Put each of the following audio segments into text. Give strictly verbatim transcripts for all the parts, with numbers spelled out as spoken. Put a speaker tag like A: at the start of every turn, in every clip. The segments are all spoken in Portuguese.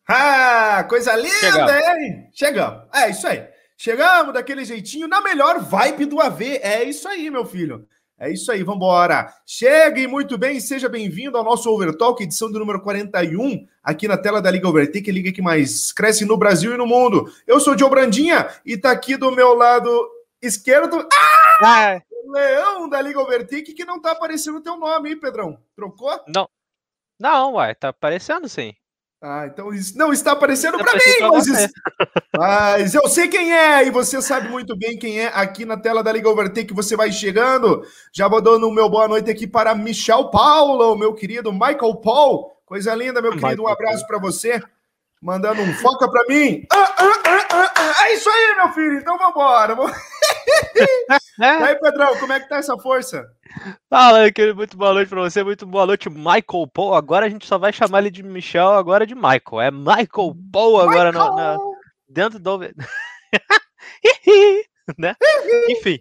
A: Ah, coisa linda,
B: Chegamos.
A: hein? Chegamos. É isso aí. Chegamos daquele jeitinho, na melhor vibe do A V. É isso aí, meu filho. É isso aí, vambora. Chegue muito bem, seja bem-vindo ao nosso Overtalk, edição do número quarenta e um, aqui na tela da Liga Overtake, a liga que mais cresce no Brasil e no mundo. Eu sou o Joe Brandinha e tá aqui do meu lado esquerdo, ah, o Leão da Liga Overtake, que não tá aparecendo o teu nome, hein, Pedrão? Trocou?
B: Não, não, uai, tá aparecendo sim.
A: Ah, então isso não está aparecendo
B: Tá
A: para
B: aparecendo
A: mim,
B: pra
A: mas,
B: você.
A: mas eu sei quem é e você sabe muito bem quem é aqui na tela da Liga Overtake. Você vai chegando. Já vou dando o meu boa noite aqui para Michel Paulo, meu querido Michael Paul. Coisa linda, meu querido. Um abraço para você. Mandando um foca para mim. Ah, ah, ah, ah, ah. É isso aí, meu filho. Então vambora. E aí, Pedrão, como é que tá essa força?
B: Fala, querido, muito boa noite pra você, muito boa noite, Michael Paul. Agora a gente só vai chamar ele de Michel, agora de Michael. É Michael Paul agora na, na,
A: Michael!
B: dentro do... né? Enfim,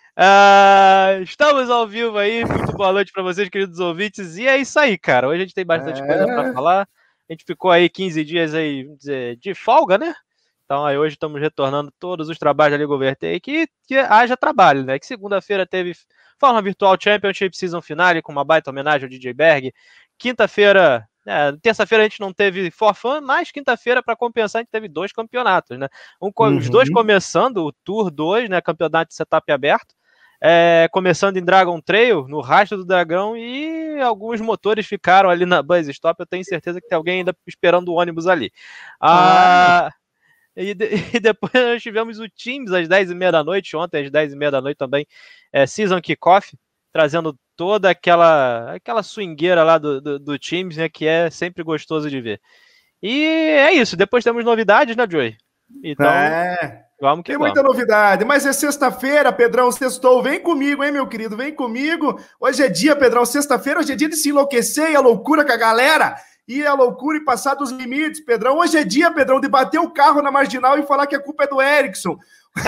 B: uh, estamos ao vivo aí, muito boa noite pra vocês, queridos ouvintes. E é isso aí, cara, hoje a gente tem bastante
A: É...
B: coisa pra falar. A gente ficou aí quinze dias aí, vamos dizer, de folga, né? Então aí hoje estamos retornando todos os trabalhos da Liga Overtake, que, que haja trabalho, né? Que segunda-feira teve Fórmula Virtual Championship Season Finale, com uma baita homenagem ao D J Berg. Quinta-feira, é, terça-feira a gente não teve For Fun, mas quinta-feira, para compensar, a gente teve dois campeonatos, né? Um,
A: Uhum.
B: Os dois começando, o Tour dois, né? Campeonato de setup aberto. É, começando em Dragon Trail, no Rastro do Dragão, e alguns motores ficaram ali na Buzz Stop. Eu tenho certeza que tem alguém ainda esperando o ônibus ali. Ah, e, de, e depois nós tivemos o Teams às dez e meia da noite, ontem às dez e meia da noite também, é, Season Kickoff, trazendo toda aquela aquela swingueira lá do, do, do Teams, né, que é sempre gostoso de ver. E é isso, depois temos novidades, né, Joey? Então,
A: é...
B: vamos que
A: Tem
B: vamos.
A: muita novidade, mas é sexta-feira, Pedrão, sextou, vem comigo, hein, meu querido, vem comigo. Hoje é dia, Pedrão, sexta-feira, hoje é dia de se enlouquecer e a loucura com a galera. E a loucura e passar dos limites, Pedrão. Hoje é dia, Pedrão, de bater o carro na marginal e falar que a culpa é do Erickson.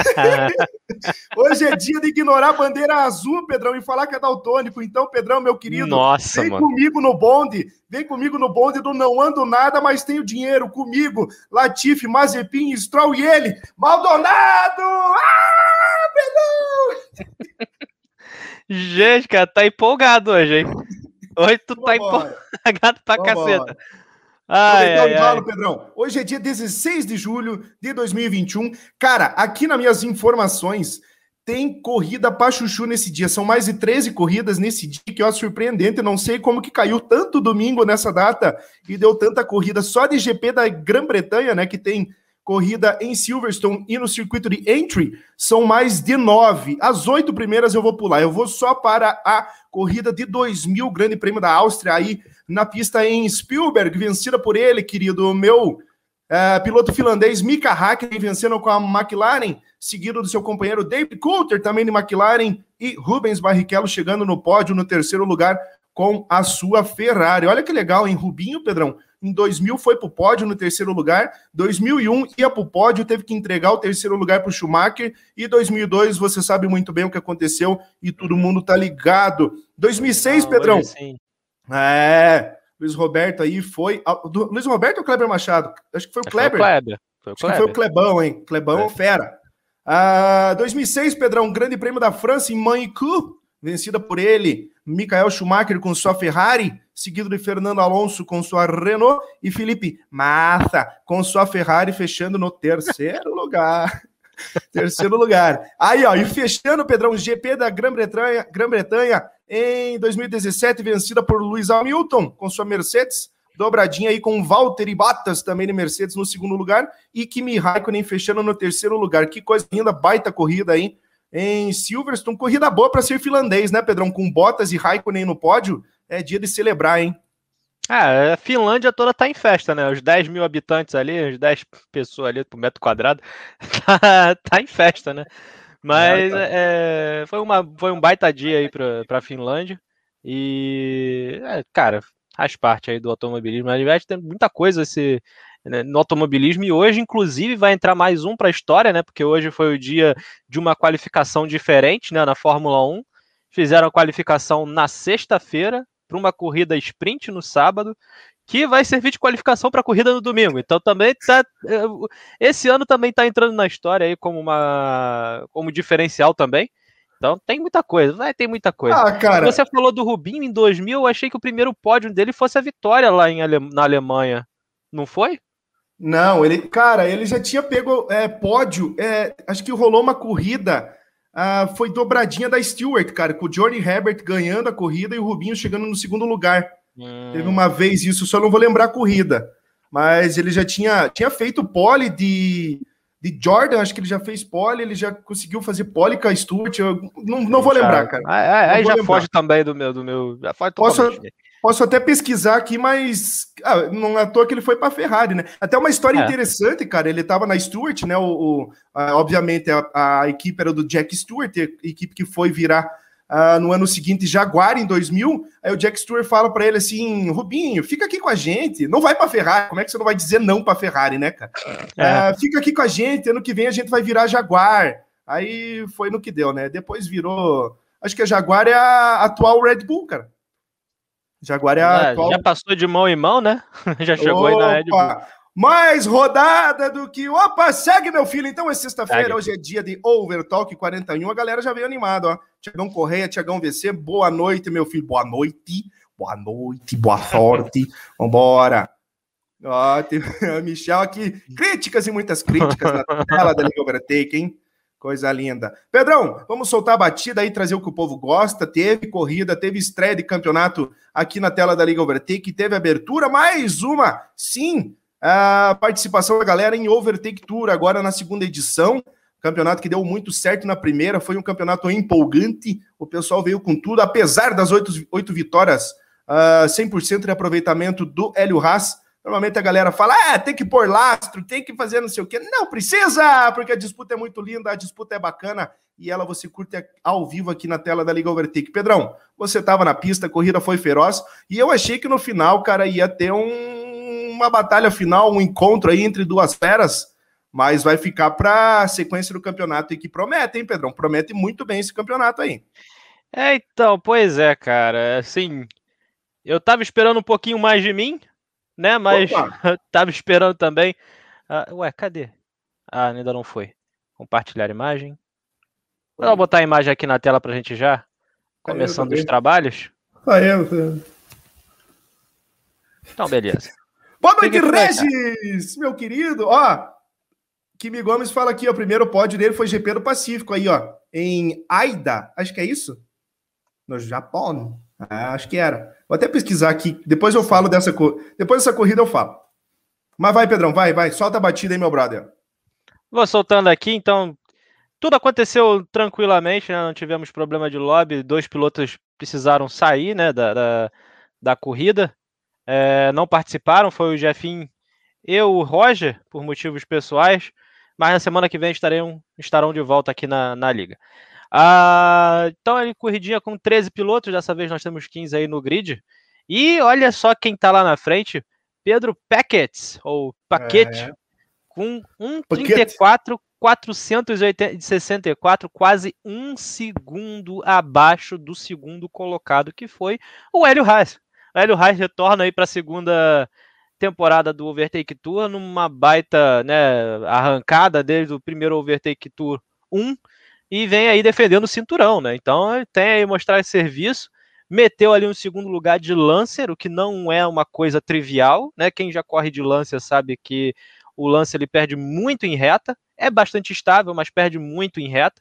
A: Hoje é dia de ignorar a bandeira azul, Pedrão, e falar que é daltônico. Então, Pedrão, meu querido,
B: Nossa,
A: vem
B: mano.
A: comigo no bonde, vem comigo no bonde do não ando nada, mas tenho dinheiro comigo. Latifi, Mazepin, Stroll e ele, Maldonado! Ah, Pedrão!
B: Gente, cara, tá empolgado hoje, hein? Hoje tu tá
A: Vambora.
B: empolgado pra
A: Vambora.
B: caceta. Ai,
A: Aproveitar
B: ai,
A: o embalo,
B: ai.
A: Pedrão. Hoje é dia dezesseis de julho de dois mil e vinte e um. Cara, aqui nas minhas informações, tem corrida pra chuchu nesse dia. São mais de treze corridas nesse dia, que é surpreendente. Eu não sei como que caiu tanto domingo nessa data e deu tanta corrida. Só de G P da Grã-Bretanha, né, que tem corrida em Silverstone e no circuito de Entry, são mais de nove. As oito primeiras eu vou pular. Eu vou só para a corrida de dois mil, Grande Prêmio da Áustria, aí na pista em Spielberg, vencida por ele, querido, meu uh, piloto finlandês Mika Häkkinen, vencendo com a McLaren, seguido do seu companheiro David Coulter, também de McLaren, e Rubens Barrichello chegando no pódio no terceiro lugar com a sua Ferrari. Olha que legal, hein? Rubinho, Pedrão, em dois mil foi para o pódio no terceiro lugar, dois mil e um ia para o pódio, teve que entregar o terceiro lugar para o Schumacher, e dois mil e dois você sabe muito bem o que aconteceu e todo mundo tá ligado. dois mil e seis, Não, Pedrão, é, Luiz Roberto aí foi, do, Luiz Roberto ou Kleber Machado? Acho que foi o Kleber.
B: Foi o Kleber. Foi o
A: Acho que foi o Clebão, hein? Clebão é fera. Ah, dois mil e seis, Pedrão, Grande Prêmio da França em Manicur, vencida por ele, Michael Schumacher com sua Ferrari, seguido de Fernando Alonso com sua Renault e Felipe Massa com sua Ferrari, fechando no terceiro lugar. Terceiro lugar. Aí, ó, e fechando, Pedrão, G P da Grã-Bretanha, Grã-Bretanha em dois mil e dezessete, vencida por Lewis Hamilton com sua Mercedes, dobradinha aí com Valtteri Bottas também de Mercedes no segundo lugar e Kimi Raikkonen fechando no terceiro lugar. Que coisa linda, baita corrida aí em Silverstone, corrida boa para ser finlandês, né, Pedrão? Com Bottas e Raikkonen no pódio, é dia de celebrar, hein?
B: Ah, a Finlândia toda tá em festa, né? Os dez mil habitantes ali, os dez pessoas ali por metro quadrado, tá, tá em festa, né? Mas é, foi, uma, foi um baita dia aí pra, pra Finlândia. E, é, cara, faz parte aí do automobilismo. Na verdade, tem muita coisa esse, né, no automobilismo. E hoje, inclusive, vai entrar mais um pra história, né? Porque hoje foi o dia de uma qualificação diferente, né? Na Fórmula um. Fizeram a qualificação na sexta-feira. para uma corrida sprint no sábado, que vai servir de qualificação para a corrida no domingo. Então também tá, esse ano também está entrando na história aí como uma como diferencial também. Então tem muita coisa, vai ter muita coisa.
A: Ah, cara.
B: Você falou do Rubinho em dois mil, eu achei que o primeiro pódio dele fosse a vitória lá em Ale... na Alemanha. Não foi?
A: Não, ele, cara, ele já tinha pego é, pódio, é, acho que rolou uma corrida, ah, foi dobradinha da Stewart, cara, com o Johnny Herbert ganhando a corrida e o Rubinho chegando no segundo lugar. Hum. Teve uma vez isso, só não vou lembrar a corrida, mas ele já tinha, tinha feito pole de, de Jordan, acho que ele já fez pole, ele já conseguiu fazer pole com a Stewart, eu não, não vou lembrar, cara.
B: Aí já lembrar. Foge também do meu, do meu, já foge
A: Posso... Posso até pesquisar aqui, mas ah, não é à toa que ele foi para a Ferrari, né? Até uma história é. interessante, cara. Ele estava na Stewart, né? O, o a, obviamente a, a equipe era do Jack Stewart, a equipe que foi virar uh, no ano seguinte Jaguar em dois mil. Aí o Jack Stewart fala para ele assim: Rubinho, fica aqui com a gente, não vai para a Ferrari. Como é que você não vai dizer não para a Ferrari, né, cara? É. Uh, fica aqui com a gente, ano que vem a gente vai virar Jaguar. Aí foi no que deu, né? Depois virou. Acho que a Jaguar é a atual Red Bull, cara. Jaguar é a
B: já,
A: atual...
B: já passou de mão em mão, né? Já chegou
A: Opa,
B: aí na Red Bull.
A: Mais rodada do que... Opa, segue, meu filho. Então é sexta-feira, hoje é dia de Overtalk quarenta e um. A galera já veio animada, ó. Tiagão Correia, Tiagão V C, boa noite, meu filho. Boa noite, boa noite, boa sorte. Vambora. Ó, tem a Michel aqui. Críticas e muitas críticas na tela da Liga Overtake, hein? Coisa linda. Pedrão, vamos soltar a batida aí, trazer o que o povo gosta. Teve corrida, teve estreia de campeonato aqui na tela da Liga Overtake, teve abertura, mais uma, sim, a participação da galera em Overtake Tour, agora na segunda edição. Campeonato que deu muito certo na primeira, foi um campeonato empolgante, o pessoal veio com tudo, apesar das oito, oito vitórias, uh, cem por cento de aproveitamento do Hélio Haas. Normalmente a galera fala, ah, tem que pôr lastro, tem que fazer não sei o quê. Não precisa, porque a disputa é muito linda, a disputa é bacana e ela você curte ao vivo aqui na tela da Liga Overtake. Pedrão, você estava na pista, a corrida foi feroz e eu achei que no final, cara, ia ter um, uma batalha final, um encontro aí entre duas feras, mas vai ficar para a sequência do campeonato e que promete, hein, Pedrão? Promete muito bem esse campeonato aí.
B: É, então, pois é, cara, assim, eu tava esperando um pouquinho mais de mim, né, mas tava esperando também. Ah, ué, cadê? Ah, ainda não foi. Compartilhar imagem. Vou botar a imagem aqui na tela pra gente já. Começando os trabalhos.
A: Ah, eu.
B: Então, beleza.
A: Boa noite, Regis, meu querido. Ó, Kimi Gomes fala aqui, ó, o primeiro pódio dele foi G P do Pacífico aí, ó, em Aida, acho que é isso? No Japão. Ah, acho que era. Vou até pesquisar aqui. Depois eu falo dessa corrida. Depois dessa corrida eu falo. Mas vai, Pedrão, vai, vai. Solta a batida aí, meu brother.
B: Vou soltando aqui, então. Tudo aconteceu tranquilamente, né? Não tivemos problema de lobby. Dois pilotos precisaram sair, né, da, da, da corrida. É, não participaram, foi o Jefinho e o Roger, por motivos pessoais. Mas na semana que vem estarão, estarão de volta aqui na, na Liga. Ah, então, ele corridinha com treze pilotos, dessa vez nós temos quinze aí no grid. E olha só quem tá lá na frente, Pedro Paquette, ou Paquette, é. com um trinta e quatro quatrocentos e sessenta e quatro, quase um segundo abaixo do segundo colocado, que foi o Hélio Haas. O Hélio Haas retorna aí para a segunda temporada do Overtake Tour, numa baita, né, arrancada desde o primeiro Overtake Tour um, e vem aí defendendo o cinturão, né? Então tem aí mostrar esse serviço, meteu ali um segundo lugar de Lancer, o que não é uma coisa trivial, né? Quem já corre de Lancer sabe que o Lancer ele perde muito em reta, é bastante estável, mas perde muito em reta,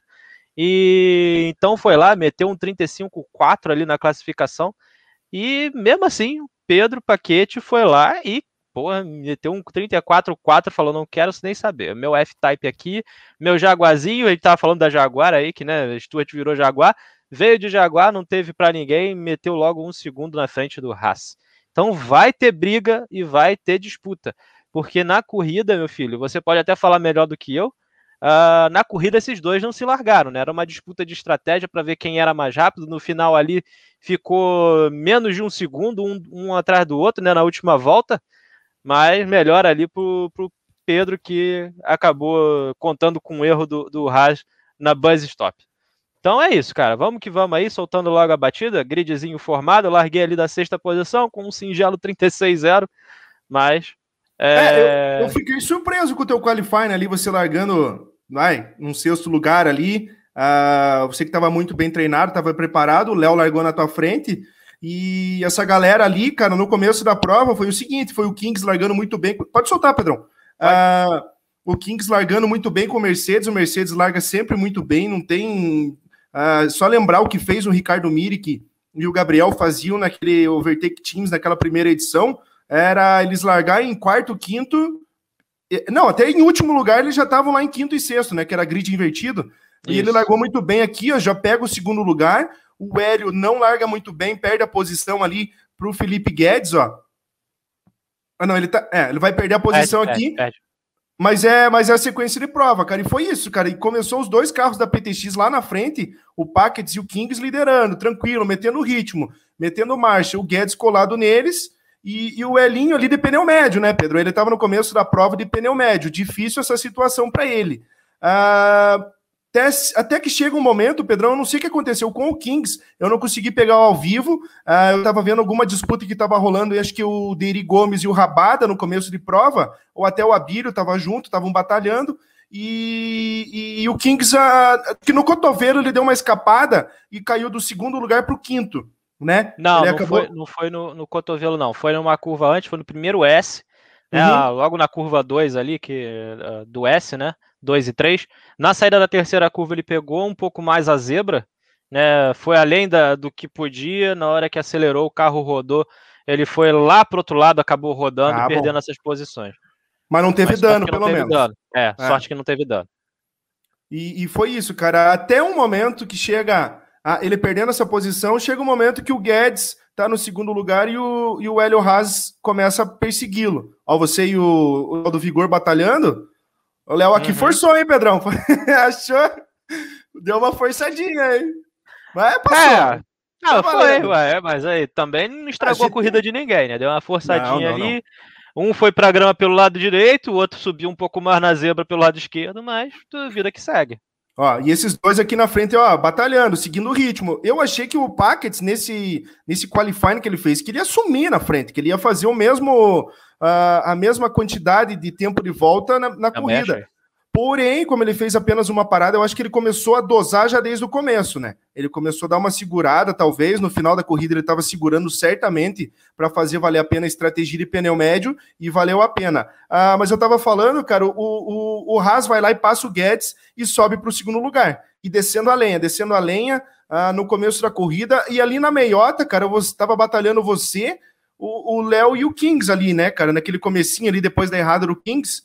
B: e então foi lá, meteu um trinta e cinco quatro ali na classificação, e mesmo assim o Pedro Paquette foi lá e porra, meteu um trinta e quatro quatro, falou, não quero nem saber, meu F-Type aqui, meu Jaguarzinho, ele tava falando da Jaguar aí, que né, Stuart virou Jaguar, veio de Jaguar, não teve para ninguém, meteu logo um segundo na frente do Haas. Então vai ter briga e vai ter disputa, porque na corrida, meu filho, você pode até falar melhor do que eu, uh, na corrida esses dois não se largaram, né? Era uma disputa de estratégia para ver quem era mais rápido, no final ali ficou menos de um segundo, um, um atrás do outro, né, na última volta, mas melhor ali pro, pro Pedro, que acabou contando com o erro do, do Haas na buzz stop. Então é isso, cara. Vamos que vamos aí, soltando logo a batida. Gridzinho formado. Eu larguei ali da sexta posição com um singelo trinta e seis zero. Mas.
A: É, eu,
B: É...
A: eu fiquei surpreso com o teu qualifying ali, você largando, vai, num sexto lugar ali. Uh, você que estava muito bem treinado, estava preparado. O Léo largou na tua frente. E essa galera ali, cara, no começo da prova foi o seguinte: foi o Kings largando muito bem. Pode soltar, Pedrão. Uh, o Kings largando muito bem com o Mercedes. O Mercedes larga sempre muito bem, não tem. Uh, só lembrar o que fez o Ricardo Mirik e o Gabriel faziam naquele Overtake Teams, naquela primeira edição, era eles largar em quarto, quinto. Não, até em último lugar eles já estavam lá em quinto e sexto, né? Que era grid invertido. E Isso. ele largou muito bem aqui, ó, já pega o segundo lugar. O Hélio não larga muito bem, perde a posição ali para o Felipe Guedes, ó. Ah, não, ele tá. É, ele vai perder a posição perde, aqui. Perde, perde. Mas é, mas é a sequência de prova, cara. E foi isso, cara. E começou os dois carros da P T X lá na frente, o Packets e o Kings liderando, tranquilo, metendo ritmo, metendo marcha. O Guedes colado neles e, e o Elinho ali de pneu médio, né, Pedro? Ele estava no começo da prova de pneu médio. Difícil essa situação para ele. Ah. Até, até que chega um momento, Pedrão, eu não sei o que aconteceu com o Kings, eu não consegui pegar ao vivo, uh, eu estava vendo alguma disputa que estava rolando, e acho que o Deri Gomes e o Rabada no começo de prova, ou até o Abílio estava junto, estavam batalhando, e, e, e o Kings, uh, que no cotovelo ele deu uma escapada e caiu do segundo lugar para o quinto, né?
B: Não,
A: ele
B: não
A: acabou...
B: foi, não foi no, no cotovelo não, foi numa curva antes, foi no primeiro S, né, uhum. Logo na curva dois ali, que, uh, do S, né? dois e três. Na saída da terceira curva ele pegou um pouco mais a zebra, né? Foi além da, do que podia. Na hora que acelerou, o carro rodou. Ele foi lá pro outro lado, acabou rodando ah, e perdendo bom. essas posições.
A: Mas não teve Mas dano, pelo
B: teve
A: menos.
B: Dano. É, é, sorte que não teve dano.
A: E, e foi isso, cara. Até um momento que chega... A, ele perdendo essa posição, chega um momento que o Guedes tá no segundo lugar e o, e o Hélio Haas começa a persegui-lo. Ó, você e o, o do Vigor batalhando... O Léo aqui uhum. forçou, hein, Pedrão? Achou? Deu uma forçadinha aí. Mas passou. É,
B: não, tá foi, ué, mas aí também não estragou a, a corrida tem... de ninguém, né? Deu uma forçadinha não, não, ali. Não. Um foi pra grama pelo lado direito, o outro subiu um pouco mais na zebra pelo lado esquerdo, mas vida que segue.
A: Ó, e esses dois aqui na frente, ó, batalhando, seguindo o ritmo. Eu achei que o Packets, nesse, nesse qualifying que ele fez, que ele ia sumir na frente, que ele ia fazer o mesmo... Uh, a mesma quantidade de tempo de volta na, na corrida. Mexe. Porém, como ele fez apenas uma parada, eu acho que ele começou a dosar já desde o começo, né? Ele começou a dar uma segurada, talvez, no final da corrida ele estava segurando certamente para fazer valer a pena a estratégia de pneu médio e valeu a pena. Uh, mas eu estava falando, cara, o, o, o Haas vai lá e passa o Guedes e sobe para o segundo lugar. E descendo a lenha, descendo a lenha uh, no começo da corrida. E ali na meiota, cara, eu estava batalhando você... o Léo e o Kings ali, né, cara, naquele comecinho ali, depois da errada do Kings,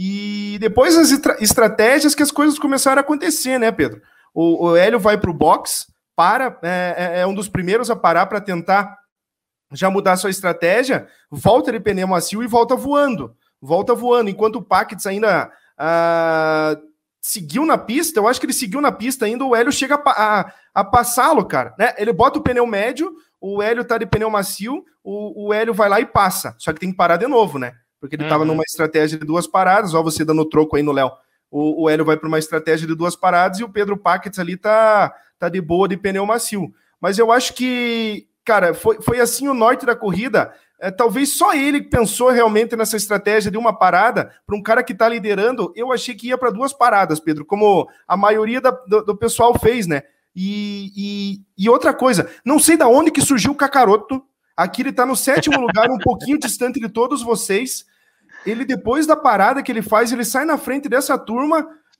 A: e depois as estratégias que as coisas começaram a acontecer, né, Pedro? O, o Hélio vai pro box, para, é, é um dos primeiros a parar para tentar já mudar sua estratégia, volta de pneu macio e volta voando, volta voando, enquanto o Packets ainda ah, seguiu na pista, eu acho que ele seguiu na pista ainda, o Hélio chega a, a, a passá-lo, cara, né, ele bota o pneu médio, o Hélio tá de pneu macio, o, o Hélio vai lá e passa. Só que tem que parar de novo, né? Porque ele uhum. tava numa estratégia de duas paradas, ó, você dando troco aí no Léo. O, o Hélio vai para uma estratégia de duas paradas e o Pedro Packets ali tá, tá de boa de pneu macio. Mas eu acho que, cara, foi, foi assim o norte da corrida. É, talvez só ele pensou realmente nessa estratégia de uma parada, para um cara que tá liderando, eu achei que ia para duas paradas, Pedro, como a maioria da, do, do pessoal fez, né? E, e, e outra coisa, não sei da onde que surgiu o Kakaroto. Aqui ele tá no sétimo lugar, um pouquinho distante de todos vocês. Ele, depois da parada que ele faz, ele sai na frente dessa turma,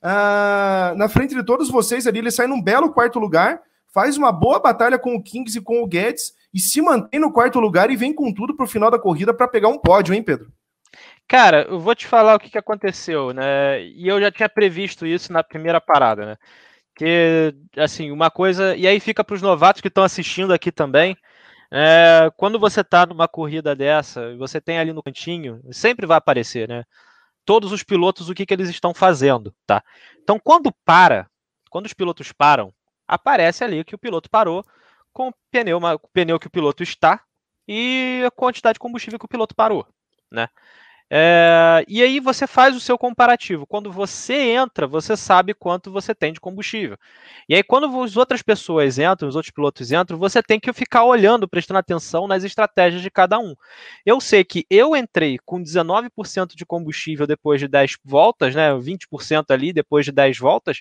A: uh, na frente de todos vocês ali, ele sai num belo quarto lugar, faz uma boa batalha com o Kings e com o Guedes, e se mantém no quarto lugar e vem com tudo pro final da corrida para pegar um pódio, hein, Pedro?
B: Cara, eu vou te falar o que, que aconteceu, né? E eu já tinha previsto isso na primeira parada, né? Que, assim, uma coisa... E aí fica para os novatos que estão assistindo aqui também. É, quando você está numa corrida dessa, você tem ali no cantinho, sempre vai aparecer, né? Todos os pilotos, o que, que eles estão fazendo, tá? Então, quando para, quando os pilotos param, aparece ali que o piloto parou com o pneu, o pneu que o piloto está e a quantidade de combustível que o piloto parou, né? É, e aí você faz o seu comparativo. Quando você entra, você sabe quanto você tem de combustível. E aí quando as outras pessoas entram, os outros pilotos entram, você tem que ficar olhando, prestando atenção nas estratégias de cada um. Eu sei que eu entrei com dezenove por cento de combustível depois de dez voltas, né, vinte por cento ali depois de dez voltas,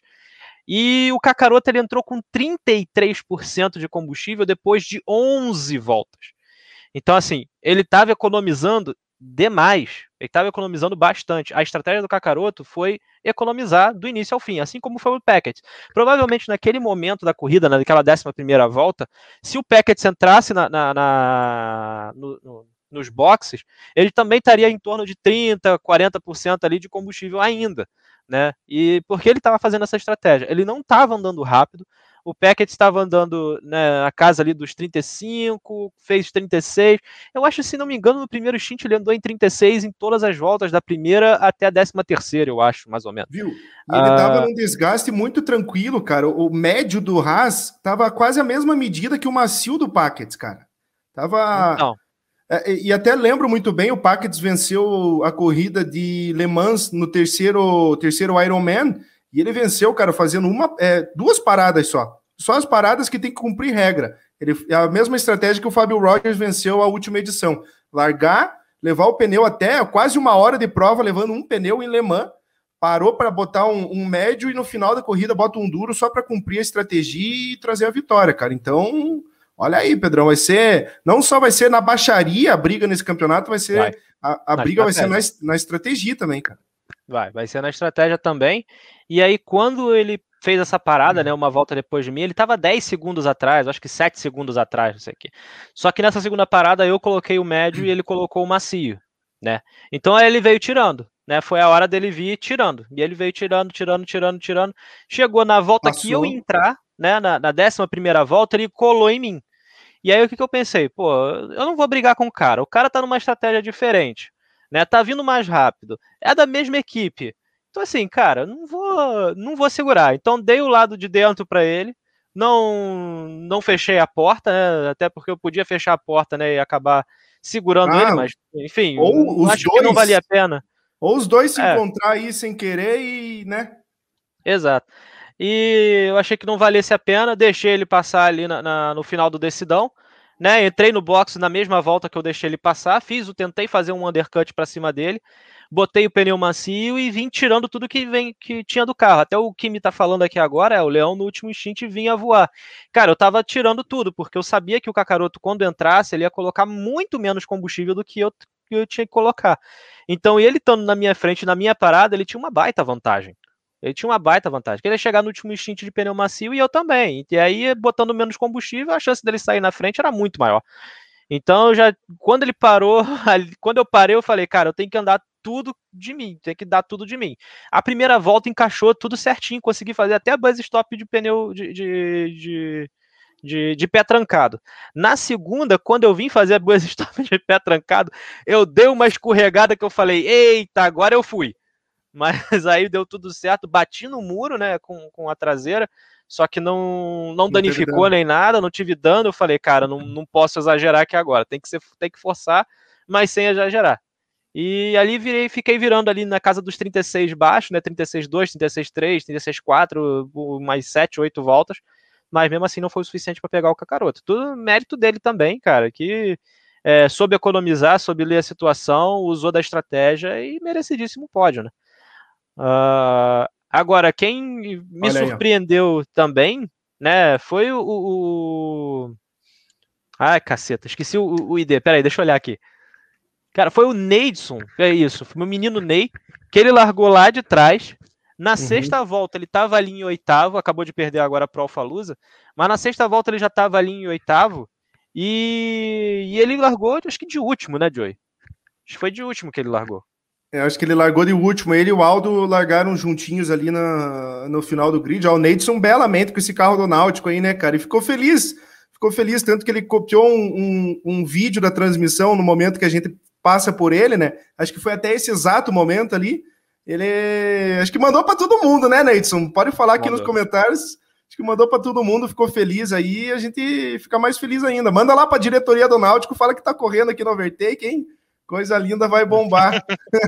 B: e o Kakaroto ele entrou com trinta e três por cento de combustível depois de onze voltas. Então, assim, ele estava economizando demais. Ele estava economizando bastante. A estratégia do Kakaroto foi economizar do início ao fim, assim como foi o Packett. Provavelmente naquele momento da corrida, naquela décima primeira volta, se o Packett entrasse na, na, na no, no, nos boxes, ele também estaria em torno de trinta, quarenta por cento ali de combustível ainda, né? E porque ele estava fazendo essa estratégia? Ele não estava andando rápido. O Packett estava andando, né, na casa ali dos trinta e cinco, fez trinta e seis. Eu acho, se não me engano, no primeiro stint ele andou em trinta e seis em todas as voltas, da primeira até a décima terceira, eu acho, mais ou menos.
A: Viu? E ele estava uh... num desgaste muito tranquilo, cara. O médio do Haas estava quase a mesma medida que o macio do Packett, cara. Tava... Então. É, e até lembro muito bem, o Packett venceu a corrida de Le Mans no terceiro, terceiro Ironman, e ele venceu, cara, fazendo uma, é, duas paradas só. Só as paradas que tem que cumprir regra. Ele, é a mesma estratégia que o Fábio Rogers venceu a última edição. Largar, levar o pneu até quase uma hora de prova, levando um pneu em Le Mans, parou para botar um, um médio e no final da corrida bota um duro só para cumprir a estratégia e trazer a vitória, cara. Então, olha aí, Pedrão, vai ser... Não só vai ser na baixaria a briga nesse campeonato, vai ser... Vai. A, a briga vai ser na, na estratégia também, cara.
B: Vai, vai ser na estratégia também. E aí, quando ele fez essa parada, né, uma volta depois de mim, ele estava dez segundos atrás, acho que sete segundos atrás, não sei o quê. Só que nessa segunda parada eu coloquei o médio e ele colocou o macio, né? Então aí ele veio tirando, né? Foi a hora dele vir tirando. E ele veio tirando, tirando, tirando, tirando. Chegou na volta Passou. que eu ia entrar, né, na, na décima primeira volta, ele colou em mim. E aí o que, que eu pensei? Pô, eu não vou brigar com o cara. O cara tá numa estratégia diferente, né? Tá vindo mais rápido. É da mesma equipe. Então, assim, cara, não vou, não vou segurar. Então, dei o lado de dentro para ele, não, não fechei a porta, né? Até porque eu podia fechar a porta, né? E acabar segurando ah, ele, mas, enfim,
A: ou
B: acho
A: dois,
B: que não valia a pena.
A: Ou os dois se é. encontrar aí sem querer e, né?
B: Exato. E eu achei que não valesse a pena, deixei ele passar ali na, na, no final do decidão, né? Entrei no box na mesma volta que eu deixei ele passar, fiz, o tentei fazer um undercut para cima dele, botei o pneu macio e vim tirando tudo que, vem, que tinha do carro. Até o que me tá falando aqui agora é o Leão no último instinto vinha voar. Cara, eu tava tirando tudo, porque eu sabia que o Kakaroto, quando entrasse, ele ia colocar muito menos combustível do que eu, que eu tinha que colocar. Então, ele estando na minha frente, na minha parada, ele tinha uma baita vantagem. Ele tinha uma baita vantagem, que ele ia chegar no último instinto de pneu macio e eu também. E aí, botando menos combustível, a chance dele sair na frente era muito maior. Então, já, quando ele parou, quando eu parei, eu falei, cara, eu tenho que andar tudo de mim, tem que dar tudo de mim. A primeira volta encaixou tudo certinho, consegui fazer até a buzz stop de pneu de, de, de, de, de pé trancado. Na segunda, quando eu vim fazer a buzz stop de pé trancado, eu dei uma escorregada que eu falei, eita, agora eu fui. Mas aí deu tudo certo, bati no muro, né, com, com a traseira, só que não, não, não danificou nem nada, não tive dano. Eu falei, cara, não, não posso exagerar aqui agora, tem que, ser, tem que forçar, mas sem exagerar. E ali virei, fiquei virando ali na casa dos trinta e seis baixo, né, trinta e seis dois, trinta e seis três, trinta e seis quatro, mais sete, oito voltas, mas mesmo assim não foi o suficiente para pegar o Kakaroto. Tudo mérito dele também, cara, que é, soube economizar, soube ler a situação, usou da estratégia e merecidíssimo pódio, né. Uh, agora, quem me Olha surpreendeu aí, também, né, foi o, o... Ai, caceta, esqueci o, o I D, peraí, deixa eu olhar aqui. Cara, foi o Neidson, é isso, foi o menino Ney, que ele largou lá de trás. Na uhum. sexta volta ele estava ali em oitavo, acabou de perder agora para o Alfalusa, mas na sexta volta ele já estava ali em oitavo, e... e ele largou, acho que de último, né, Joey? Acho que foi de último que ele largou.
A: Eu acho que ele largou de último. Ele e o Aldo largaram juntinhos ali na, no final do grid. Ó, o Neidson belamente com esse carro do Náutico aí, né, cara? E ficou feliz. Ficou feliz, tanto que ele copiou um, um, um vídeo da transmissão no momento que a gente passa por ele, né? Acho que foi até esse exato momento ali. Ele acho que mandou para todo mundo, né, Neidson? Pode falar aqui mandou. Nos comentários. Acho que mandou para todo mundo, ficou feliz aí. A gente fica mais feliz ainda. Manda lá para a diretoria do Náutico, fala que tá correndo aqui no Overtake, hein? Coisa linda, vai bombar.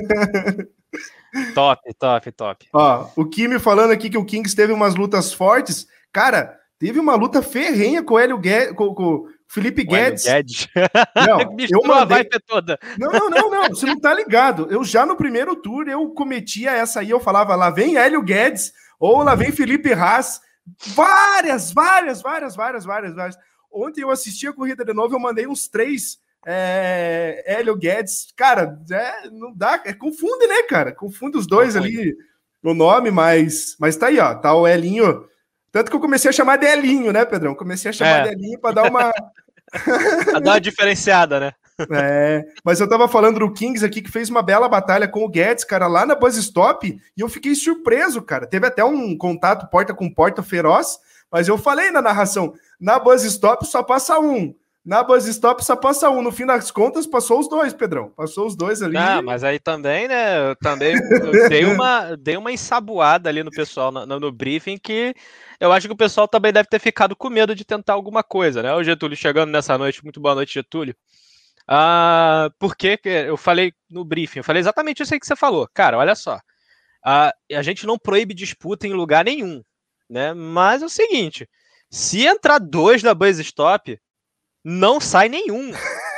B: Top, top, top.
A: Ó, o Kimi falando aqui que o Kings teve umas lutas fortes. Cara, teve uma luta ferrenha com o Hélio Guedes, com, com o Felipe Guedes.
B: Guedes.
A: Não, eu mandei...
B: a toda.
A: Não, não, não, não, você não tá ligado. Eu já no primeiro tour, eu cometia essa aí, eu falava, lá vem Hélio Guedes, ou lá vem Felipe Haas. Várias, várias, várias, várias, várias, várias. Ontem eu assisti a corrida de novo, eu mandei uns três... É, Hélio Guedes, cara, é, não dá, é, confunde, né, cara? Confunde os dois confunde. Ali no nome, mas, mas tá aí, ó, tá o Elinho. Tanto que eu comecei a chamar de Elinho, né, Pedrão? Comecei a chamar é. de Elinho para dar uma.
B: Pra dar uma diferenciada, né?
A: É, mas eu tava falando do Kings aqui que fez uma bela batalha com o Guedes, cara, lá na Buzz Stop, e eu fiquei surpreso, cara. Teve até um contato porta com porta feroz, mas eu falei na narração: na Buzz Stop só passa um. Na Buzz Stop só passa um. No fim das contas, passou os dois, Pedrão. Passou os dois ali.
B: Ah, mas aí também, né? Eu também eu dei, uma, dei uma ensaboada ali no pessoal no, no briefing que eu acho que o pessoal também deve ter ficado com medo de tentar alguma coisa, né? O Getúlio chegando nessa noite. Muito boa noite, Getúlio. Ah, porque eu falei no briefing, eu falei exatamente isso aí que você falou. Cara, olha só. Ah, a gente não proíbe disputa em lugar nenhum, né? Mas é o seguinte: se entrar dois da Buzz Stop, não sai nenhum.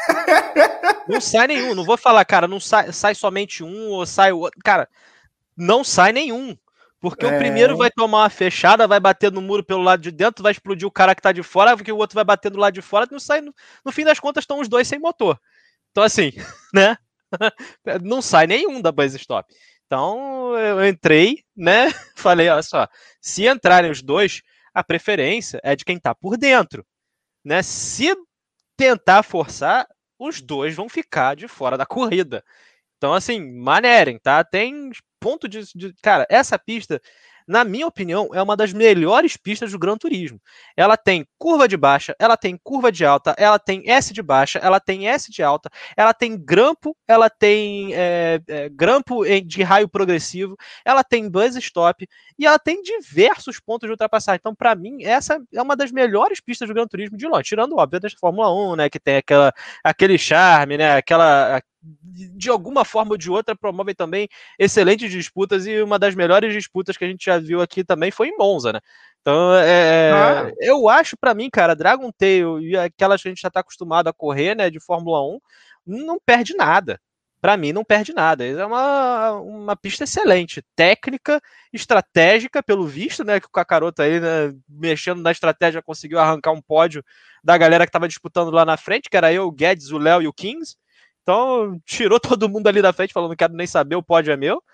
B: Não sai nenhum. Não vou falar, cara, não sai, sai somente um ou sai o outro. Cara, não sai nenhum. Porque é... o primeiro vai tomar uma fechada, vai bater no muro pelo lado de dentro, vai explodir o cara que tá de fora, porque o outro vai bater do lado de fora, não sai. No, no fim das contas, estão os dois sem motor. Então, assim, né? Não sai nenhum da Buzz Stop. Então, eu entrei, né? Falei, olha só, se entrarem os dois, a preferência é de quem tá por dentro. Né? Se tentar forçar, os dois vão ficar de fora da corrida. Então, assim, manerem, tá? Tem ponto de, de... Cara, essa pista, na minha opinião, é uma das melhores pistas do Gran Turismo. Ela tem curva de baixa, ela tem curva de alta, ela tem S de baixa, ela tem S de alta, ela tem grampo, ela tem é, é, grampo de raio progressivo, ela tem buzz stop e ela tem diversos pontos de ultrapassagem. Então, para mim, essa é uma das melhores pistas do Gran Turismo de longe, tirando, óbvio, da Fórmula um, né, que tem aquela, aquele charme, né, aquela... de alguma forma ou de outra promovem também excelentes disputas, e uma das melhores disputas que a gente já viu aqui também foi em Monza, né? Então, é, ah. eu acho, para mim, cara, Dragon Tail e aquelas que a gente já tá acostumado a correr, né, de Fórmula um, não perde nada. Para mim, não perde nada. É uma, uma pista excelente, técnica, estratégica, pelo visto, né, que o Kakaroto aí, né, mexendo na estratégia, conseguiu arrancar um pódio da galera que estava disputando lá na frente, que era eu, o Guedes, o Léo e o Kings. Então, tirou todo mundo ali da frente, falando, não quero nem saber, o pódio é meu.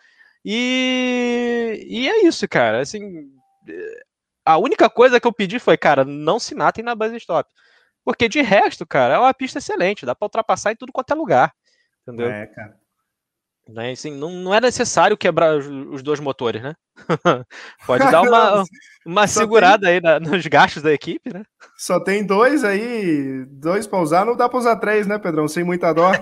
B: E, e é isso, cara. Assim, a única coisa que eu pedi foi, cara, não se matem na Buzz Stop. Porque de resto, cara, é uma pista excelente, dá pra ultrapassar em tudo quanto é lugar. Entendeu?
A: É, cara.
B: Né? Assim, não, não é necessário quebrar os, os dois motores, né? Pode dar uma, uma segurada tem... aí na, nos gastos da equipe, né?
A: Só tem dois aí, dois pra usar, não dá pra usar três, né, Pedrão? Sem muita dó.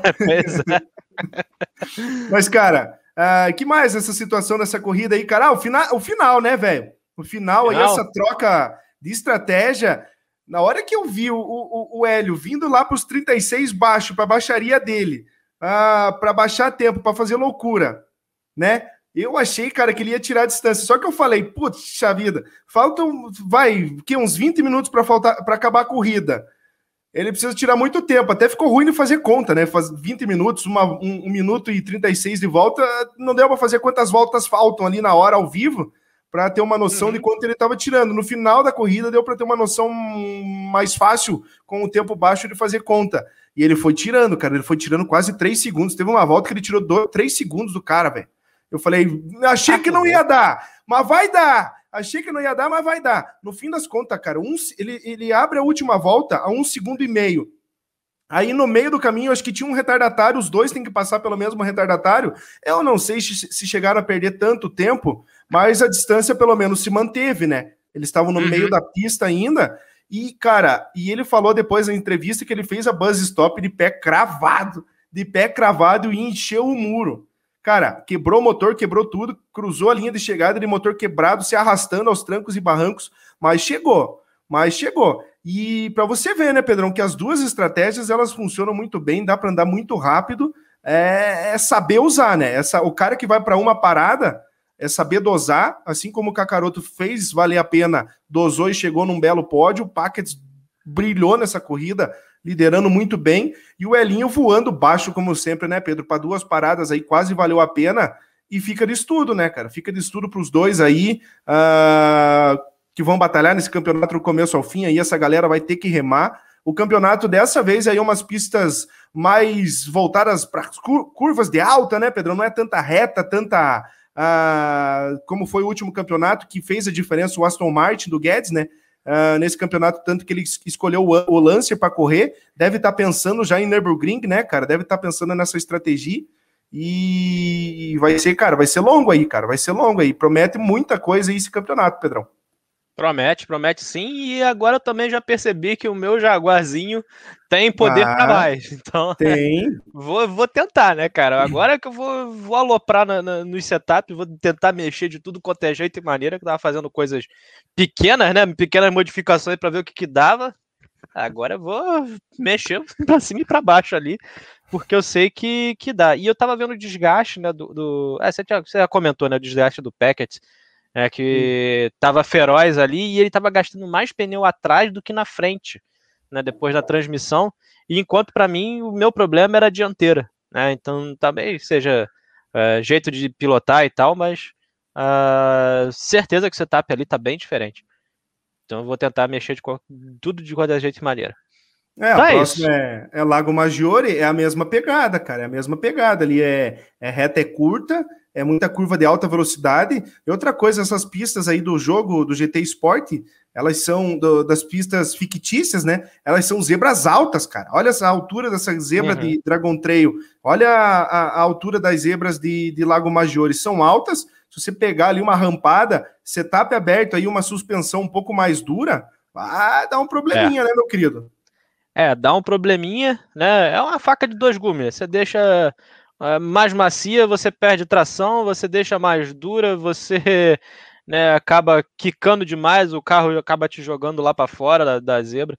A: Mas, cara, uh, que mais essa situação dessa corrida aí, cara? Ah, o, fina... o final, né, velho? O final, final aí, essa troca de estratégia. Na hora que eu vi o, o, o Hélio vindo lá pros trinta e seis baixo, pra baixaria dele, Ah, para baixar tempo, para fazer loucura, né? Eu achei, cara, que ele ia tirar a distância. Só que eu falei, puxa vida, faltam, vai, que uns vinte minutos para faltar, para acabar a corrida. Ele precisa tirar muito tempo. Até ficou ruim de fazer conta, né? Faz vinte minutos, uma, um, um minuto e trinta e seis de volta, não deu para fazer quantas voltas faltam ali na hora ao vivo para ter uma noção uhum. de quanto ele estava tirando. No final da corrida deu para ter uma noção mais fácil com o tempo baixo de fazer conta. E ele foi tirando, cara, ele foi tirando quase três segundos. Teve uma volta que ele tirou dois, três segundos do cara, velho. Eu falei, achei que não ia dar, mas vai dar. Achei que não ia dar, mas vai dar. No fim das contas, cara, um, ele, ele abre a última volta a um segundo e meio. Aí no meio do caminho, acho que tinha um retardatário, os dois têm que passar pelo mesmo retardatário. Eu não sei se, se chegaram a perder tanto tempo, mas a distância pelo menos se manteve, né? Eles estavam no uhum. meio da pista ainda. E, cara, e ele falou depois na entrevista que ele fez a Buzz Stop de pé cravado, de pé cravado e encheu o muro. Cara, quebrou o motor, quebrou tudo, cruzou a linha de chegada de motor quebrado, se arrastando aos trancos e barrancos, mas chegou, mas chegou. E para você ver, né, Pedrão, que as duas estratégias, elas funcionam muito bem, dá para andar muito rápido, é, é saber usar, né? Essa, o cara que vai para uma parada é saber dosar, assim como o Kakaroto fez valer a pena, dosou e chegou num belo pódio, o Packets brilhou nessa corrida, liderando muito bem, e o Elinho voando baixo, como sempre, né, Pedro? Para duas paradas aí, quase valeu a pena, e fica de estudo, né, cara? Fica de estudo para os dois aí, uh, que vão batalhar nesse campeonato do começo ao fim, aí essa galera vai ter que remar. O campeonato dessa vez aí umas pistas mais voltadas para curvas de alta, né, Pedro? Não é tanta reta, tanta... Uh, como foi o último campeonato que fez a diferença, o Aston Martin do Guedes, né? Uh, nesse campeonato, tanto que ele escolheu o, o Lancer para correr, deve estar tá pensando já em Nürburgring, né, cara? Deve estar tá pensando nessa estratégia e vai ser, cara, vai ser longo aí, cara, vai ser longo aí. Promete muita coisa aí esse campeonato, Pedrão.
B: Promete, promete sim, e agora eu também já percebi que o meu Jaguarzinho tem poder ah, para mais, então
A: tem.
B: É, vou, vou tentar, né, cara, agora que eu vou, vou aloprar na, na, nos setups, vou tentar mexer de tudo quanto é jeito e maneira, que eu tava fazendo coisas pequenas, né, pequenas modificações para ver o que que dava, agora eu vou mexer para cima e para baixo ali, porque eu sei que, que dá, e eu tava vendo o desgaste, né, do, do... É, você, já, você já comentou, né, o desgaste do Packets, é que estava feroz ali e ele estava gastando mais pneu atrás do que na frente, né, depois da transmissão, e enquanto para mim o meu problema era a dianteira, né, então também seja é, jeito de pilotar e tal, mas uh, certeza que o setup ali tá bem diferente, então eu vou tentar mexer de qual, tudo de qualquer jeito e maneira.
A: É, a próxima é, é Lago Maggiore, é a mesma pegada, cara, é a mesma pegada ali, é, é reta, é curta, é muita curva de alta velocidade. E outra coisa, essas pistas aí do jogo do G T Sport, elas são do, das pistas fictícias, né? Elas são zebras altas, cara. Olha essa altura dessa zebra uhum. de Dragon Trail. Olha a, a, a altura das zebras de, de Lago Maggiore. São altas. Se você pegar ali uma rampada, setup aberto aí, uma suspensão um pouco mais dura, vai dar um probleminha, é. né, meu querido?
B: É, dá um probleminha, né? É uma faca de dois gumes. Você deixa mais macia, você perde tração, você deixa mais dura, você né, acaba quicando demais, o carro acaba te jogando lá para fora da, da zebra.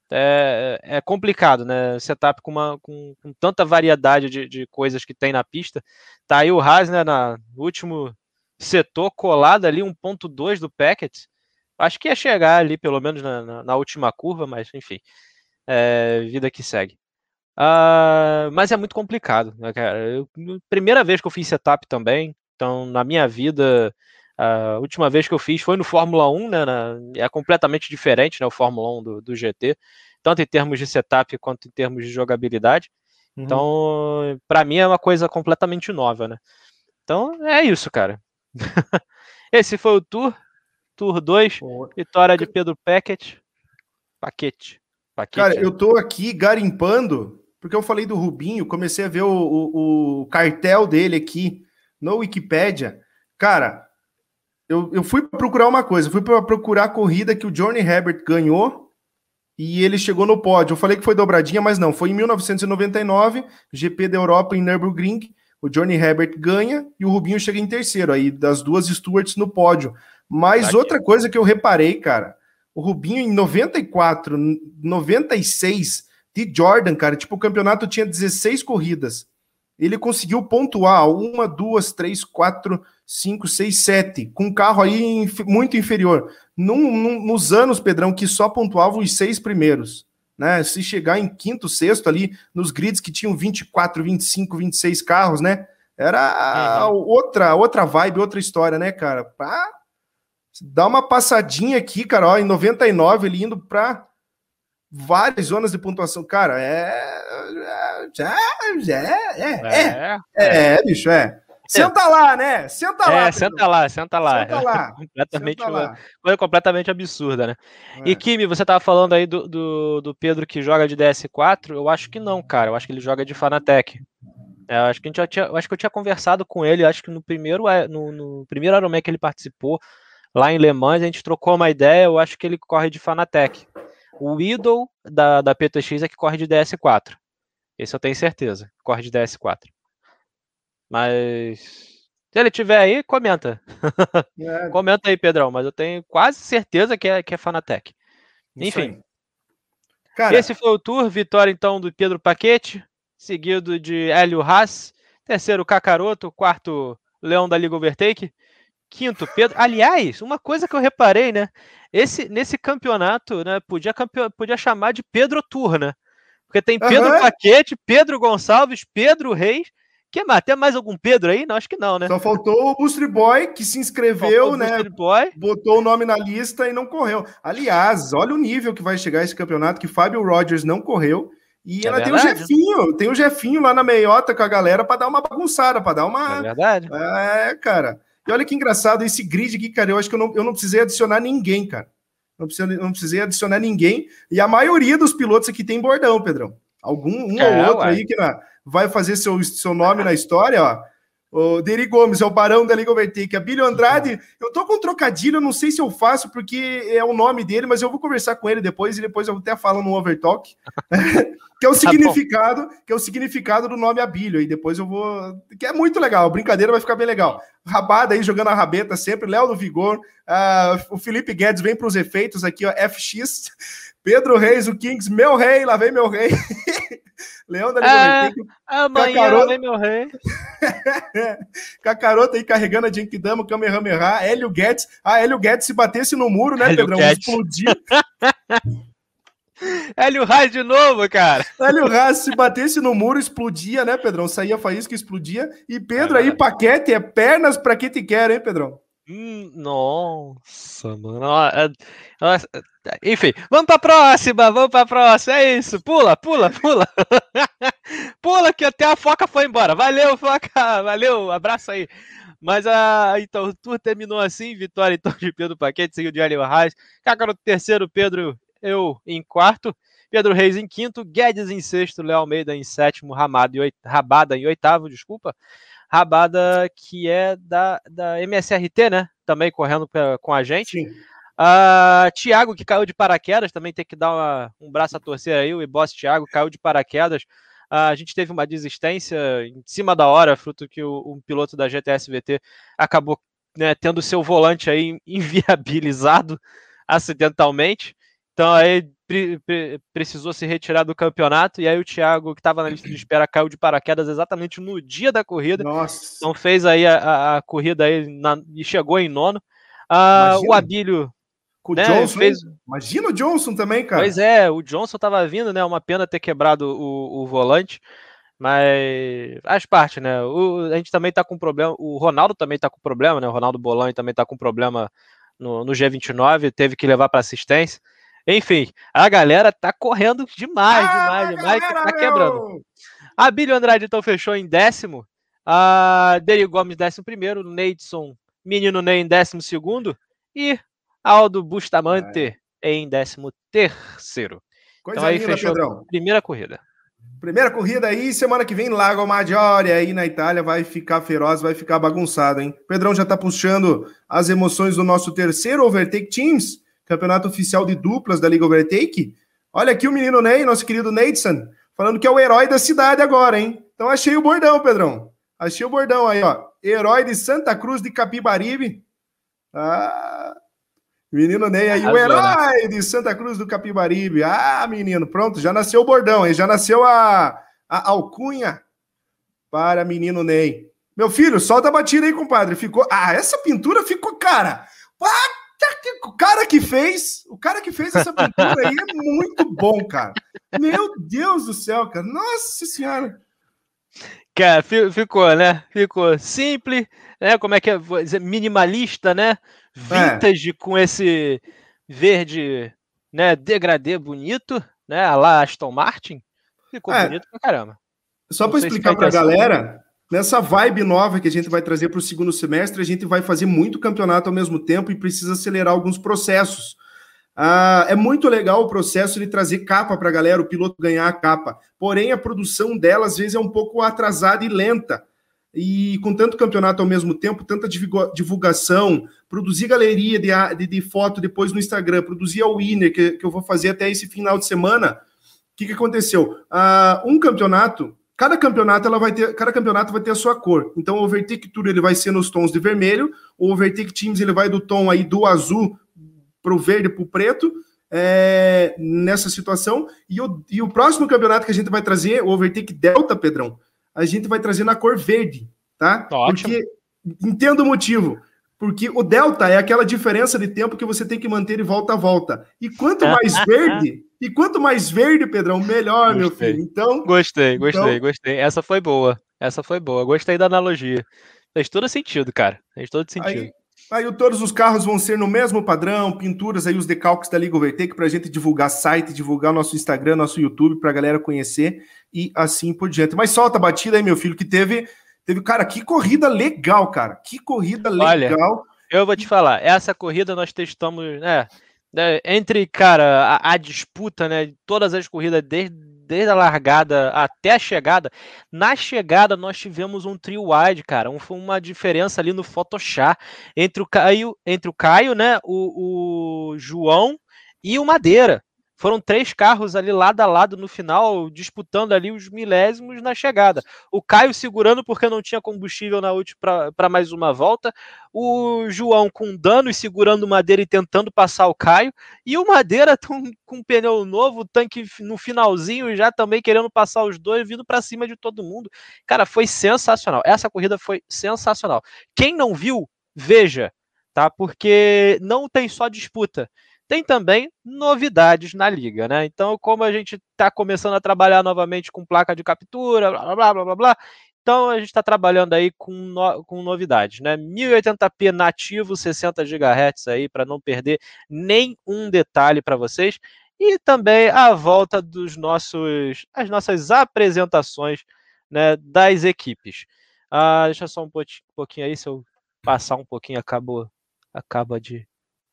B: É, é complicado, né? Setup com, uma, com, com tanta variedade de, de coisas que tem na pista. Tá aí o Haas, né, na, no último setor, colado ali, um ponto dois do Packard. Acho que ia chegar ali, pelo menos na, na, na última curva, mas enfim, é, vida que segue. Uh, mas é muito complicado, né, cara? Eu, primeira vez que eu fiz setup também, então na minha vida, a última vez que eu fiz foi no Fórmula um, né? Na, é completamente diferente, né? O Fórmula um do, do G T, tanto em termos de setup quanto em termos de jogabilidade. Uhum. Então, para mim é uma coisa completamente nova, né? Então é isso, cara. Esse foi o Tour, Tour dois, oh. Vitória de Pedro Paquete. Paquete. Paquete.
A: Cara, eu tô aqui garimpando. Porque eu falei do Rubinho, comecei a ver o, o, o cartel dele aqui no Wikipedia. Cara, eu, eu fui procurar uma coisa, fui para procurar a corrida que o Johnny Herbert ganhou e ele chegou no pódio. Eu falei que foi dobradinha, mas não, foi em mil novecentos e noventa e nove, G P da Europa em Nürburgring, o Johnny Herbert ganha e o Rubinho chega em terceiro, aí das duas Stewarts no pódio. Mas tá outra coisa que eu reparei, cara, o Rubinho em noventa e quatro, noventa e seis... de Jordan, cara, tipo, o campeonato tinha dezesseis corridas. Ele conseguiu pontuar uma, duas, três, quatro, cinco, seis, sete, com um carro aí inf- muito inferior. Num, num, nos anos, Pedrão, que só pontuavam os seis primeiros. Né? Se chegar em quinto, sexto ali, nos grids que tinham vinte e quatro, vinte e cinco, vinte e seis carros, né? Era a, uhum. outra, outra vibe, outra história, né, cara? Pra dar uma passadinha aqui, cara, ó, em noventa e nove, ele indo pra várias zonas de pontuação, cara, é... Já, já, é, é, é, é, é, bicho, é. Senta lá, né? Senta lá.
B: É, senta lá, senta lá.
A: Senta lá.
B: completamente,
A: senta lá.
B: Coisa completamente absurda, né? É. E, Kimi, você tava falando aí do, do, do Pedro que joga de D S quatro, eu acho que não, cara, eu acho que ele joga de Fanatec. É, eu acho que a gente já tinha, eu acho que eu tinha conversado com ele, acho que no primeiro, no, no primeiro Ironman que ele participou, lá em Le Mans, a gente trocou uma ideia, eu acho que ele corre de Fanatec. O Idol da, da P T X é que corre de D S quatro. Esse eu tenho certeza. Corre de D S quatro. Mas se ele tiver aí, comenta. É. Comenta aí, Pedrão. Mas eu tenho quase certeza que é, que é Fanatec. Enfim. Cara, esse foi o Tour. Vitória, então, do Pedro Paquete. seguido de Hélio Haas, terceiro Kakaroto, quarto Leão da Liga Overtake, quinto Pedro. Aliás, uma coisa que eu reparei, né? Esse, nesse campeonato, né, podia, campe... podia chamar de Pedro Tour, né? Porque tem Pedro uhum. Paquete, Pedro Gonçalves, Pedro Reis. Que mais? Tem mais algum Pedro aí? Não, acho que não, né?
A: Só faltou o Booster Boy, que se inscreveu, né? Boy. Botou o nome na lista e não correu. Aliás, olha o nível que vai chegar esse campeonato, que Fábio Rogers não correu. E é ela verdade. tem o Jefinho, tem o Jefinho lá na meiota com a galera para dar uma bagunçada, para dar uma...
B: É verdade.
A: É, cara. E olha que engraçado, esse grid aqui, cara, eu acho que eu não, eu não precisei adicionar ninguém, cara. Não precisei, não precisei adicionar ninguém. E a maioria dos pilotos aqui tem bordão, Pedrão. Algum um é, ou outro ué. aí que na, vai fazer seu, seu nome na história, ó. O Deri Gomes é o Barão da Liga Overtake. A Billy Andrade, eu tô com um trocadilho, eu não sei se eu faço, porque é o nome dele, mas eu vou conversar com ele depois, e depois eu até falo no Overtalk. que é o significado, tá que é o significado do nome Abílio. E depois eu vou. Que é muito legal, a brincadeira vai ficar bem legal. Rabada aí jogando a rabeta sempre, Léo do Vigor, uh, o Felipe Guedes vem para os efeitos aqui, ó, F X. Pedro Reis, o Kings, meu rei, lá vem meu rei. Leão da Liga Overtake.
B: Amanhã Cacaroto... vem meu rei.
A: Cacaroto aí carregando a Genkidama, Kamehameha, Hélio Guedes. Ah, Hélio Guedes se batesse no muro, né, Hélio Pedrão? Guedes. Explodir.
B: Hélio Haas de novo, cara.
A: Hélio Haas se batesse no muro, explodia, né, Pedrão? Saía faísca, explodia. E Pedro ah, aí, Paquete, é pernas pra que te quer, hein, Pedrão?
B: Hum, nossa, mano. Nossa. Enfim, vamos pra próxima, vamos pra próxima. É isso, pula, pula, pula. Pula que até a Foca foi embora. Valeu, Foca, valeu, abraço aí. Mas a, então, o tour terminou assim, vitória então de Pedro Paquete, seguiu de Hélio Haas. Cacaroto terceiro, Pedro, eu em quarto. Pedro Reis em quinto, Guedes em sexto, Léo Almeida em sétimo, Ramada em oit... Rabada em oitavo, desculpa. Rabada, que é da, da M S R T, né? Também correndo pra, com a gente.
A: Sim.
B: Uh, Thiago, que caiu de paraquedas, também tem que dar uma, um braço a torcer aí. O e-boss Thiago caiu de paraquedas. Uh, a gente teve uma desistência em cima da hora, fruto que o, um piloto da G T S V T acabou, né, tendo seu volante aí inviabilizado acidentalmente. Então aí pre, pre, precisou se retirar do campeonato, e aí o Thiago, que estava na lista de espera, caiu de paraquedas exatamente no dia da corrida.
A: Nossa.
B: Então fez aí a, a, a corrida aí na, e chegou em nono. Uh, o Abílio,
A: com
B: né,
A: o Johnson,
B: fez...
A: Imagina o Johnson também, cara.
B: Pois é, o Johnson estava vindo, né? Uma pena ter quebrado o, o volante, mas faz parte, né? O, a gente também tá com problema, o Ronaldo também tá com problema, né? O Ronaldo Boloni também tá com problema no, no G vinte e nove, teve que levar para assistência. Enfim, a galera tá correndo demais, ah, demais, demais, galera, tá quebrando. A Billy Andrade então fechou em décimo, a Deri Gomes décimo primeiro, Neidson, Menino Ney em décimo segundo e Aldo Bustamante é. em décimo terceiro.
A: Coisa
B: então aí
A: linda,
B: fechou
A: Pedrão.
B: A primeira corrida.
A: Primeira corrida aí, semana que vem, Lago Maggiore, aí na Itália, vai ficar feroz, vai ficar bagunçado, hein? Pedrão já tá puxando as emoções do nosso terceiro Overtake Teams, campeonato oficial de duplas da Liga Overtake. Olha aqui o menino Ney, nosso querido Neidson, falando que é o herói da cidade agora, hein? Então achei o bordão, Pedrão. Achei o bordão aí, ó. Herói de Santa Cruz de Capibaribe. Ah, menino Ney aí, o herói de Santa Cruz do Capibaribe. Ah, menino, pronto, já nasceu o bordão, hein? Já nasceu a, a alcunha para menino Ney. Meu filho, solta a batida aí, compadre. Ficou... Ah, essa pintura ficou, cara... O cara que fez, o cara que fez essa pintura aí é muito bom, cara. Meu Deus do céu, cara. Nossa Senhora.
B: Cara, ficou, né? Ficou simples, né? Como é que é? Vou dizer, minimalista, né? Vintage é. Com esse verde, né? Degradê bonito, né? A lá Aston Martin. Ficou é. bonito pra caramba.
A: Só para explicar pra galera... Nessa vibe nova que a gente vai trazer para o segundo semestre, a gente vai fazer muito campeonato ao mesmo tempo e precisa acelerar alguns processos. Ah, é muito legal o processo de trazer capa para a galera, o piloto ganhar a capa. Porém, a produção dela, às vezes, é um pouco atrasada e lenta. E com tanto campeonato ao mesmo tempo, tanta divulgação, produzir galeria de, de, de foto depois no Instagram, produzir a winner, que, que eu vou fazer até esse final de semana. O que, que aconteceu? Ah, um campeonato... Cada campeonato, ela vai ter, cada campeonato vai ter a sua cor. Então, o Overtake Tour ele vai ser nos tons de vermelho, o Overtake Teams ele vai do tom aí do azul para o verde para o preto, é, nessa situação. E o, e o próximo campeonato que a gente vai trazer, o Overtake Delta, Pedrão, a gente vai trazer na cor verde, tá?
B: Ótimo.
A: Porque, entendo o motivo, porque o Delta é aquela diferença de tempo que você tem que manter de volta a volta. E quanto mais verde, e quanto mais verde, Pedrão, melhor, gostei. Meu filho. Então,
B: gostei,
A: então...
B: gostei, gostei. Essa foi boa. Essa foi boa. Gostei da analogia. Fez todo sentido, cara. Fez todo sentido.
A: Aí, aí todos os carros vão ser no mesmo padrão, pinturas aí, os decalques da Liga Overtake pra gente divulgar site, divulgar nosso Instagram, nosso YouTube, pra galera conhecer e assim por diante. Mas solta a batida aí, meu filho, que teve... Teve, cara, que corrida legal, cara. Que corrida legal.
B: Olha, eu vou te falar, essa corrida nós testamos, né, entre, cara, a, a disputa, né, todas as corridas, desde, desde a largada até a chegada. Na chegada nós tivemos um trio wide, cara, um, foi uma diferença ali no Photoshop entre o Caio, entre o Caio, né, o, o João e o Madeira. Foram três carros ali lado a lado no final, disputando ali os milésimos na chegada. O Caio segurando porque não tinha combustível na última para mais uma volta. O João com dano e segurando o Madeira e tentando passar o Caio. E o Madeira com, com um pneu novo, tanque no finalzinho e já também querendo passar os dois, vindo para cima de todo mundo. Cara, foi sensacional. Essa corrida foi sensacional. Quem não viu, veja, tá? Porque não tem só disputa. Tem também novidades na liga, né? Então, como a gente está começando a trabalhar novamente com placa de captura, blá, blá, blá, blá, blá, então a gente está trabalhando aí com, no, com novidades, né? mil e oitenta p nativo, sessenta gigahertz aí, para não perder nenhum detalhe para vocês. E também a volta dos nossos, as nossas apresentações, né, das equipes. Ah, deixa só um pouquinho aí, se eu passar um pouquinho, acabou, acaba de...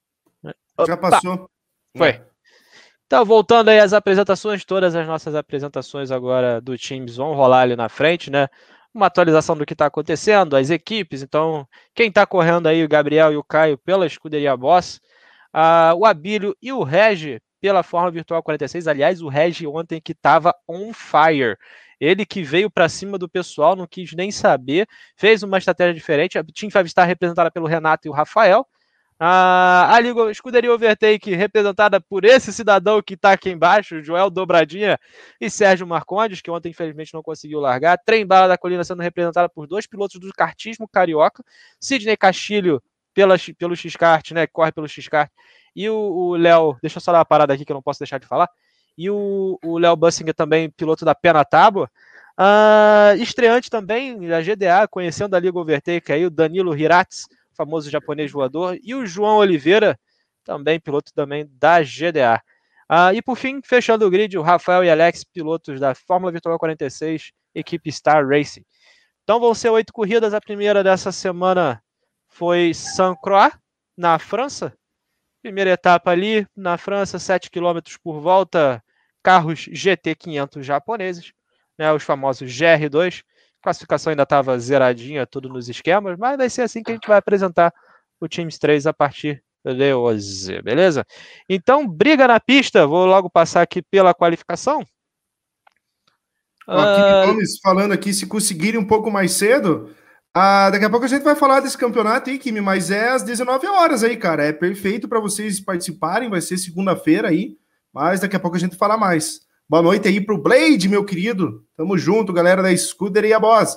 A: Já passou.
B: Foi. É. Então, voltando aí às apresentações, todas as nossas apresentações agora do Teams vão rolar ali na frente, né? Uma atualização do que está acontecendo, as equipes. Então, quem está correndo aí, o Gabriel e o Caio pela Escuderia Boss, uh, o Abílio e o Regi pela Fórmula Virtual quarenta e seis. Aliás, o Regi ontem que estava on fire. Ele que veio para cima do pessoal, não quis nem saber, fez uma estratégia diferente. A Team Five Star representada pelo Renato e o Rafael. A, a Liga Escuderia Overtake, representada por esse cidadão que está aqui embaixo, Joel Dobradinha e Sérgio Marcondes, que ontem infelizmente não conseguiu largar. Trem Bala da Colina sendo representada por dois pilotos do kartismo carioca, Sidney Castilho pela, pelo X-Kart, né, que corre pelo X-Kart, e o Léo, deixa eu só dar uma parada aqui que eu não posso deixar de falar, e o Léo Bussinger também, piloto da Pé na Tábua. Uh, estreante também da G D A, conhecendo a Liga Overtake aí, o Danilo Hiratz, famoso japonês voador, e o João Oliveira, também piloto também da G D A. Ah, e por fim, fechando o grid, o Rafael e Alex, pilotos da Fórmula Virtual quarenta e seis, equipe Star Racing. Então vão ser oito corridas, a primeira dessa semana foi Saint-Croix, na França. Primeira etapa ali, na França, sete quilômetros por volta, carros G T quinhentos japoneses, né, os famosos G R dois. A classificação ainda estava zeradinha, tudo nos esquemas, mas vai ser assim que a gente vai apresentar o Teams três a partir de hoje, beleza? Então, briga na pista, vou logo passar aqui pela qualificação.
A: Ó, aqui, Gomes falando aqui, se conseguirem um pouco mais cedo, ah, daqui a pouco a gente vai falar desse campeonato aí, Kimi, mas é às dezenove horas aí, cara, é perfeito para vocês participarem, vai ser segunda-feira aí, mas daqui a pouco a gente fala mais. Boa noite aí pro Blade, meu querido. Tamo junto, galera da Escuderia Boss.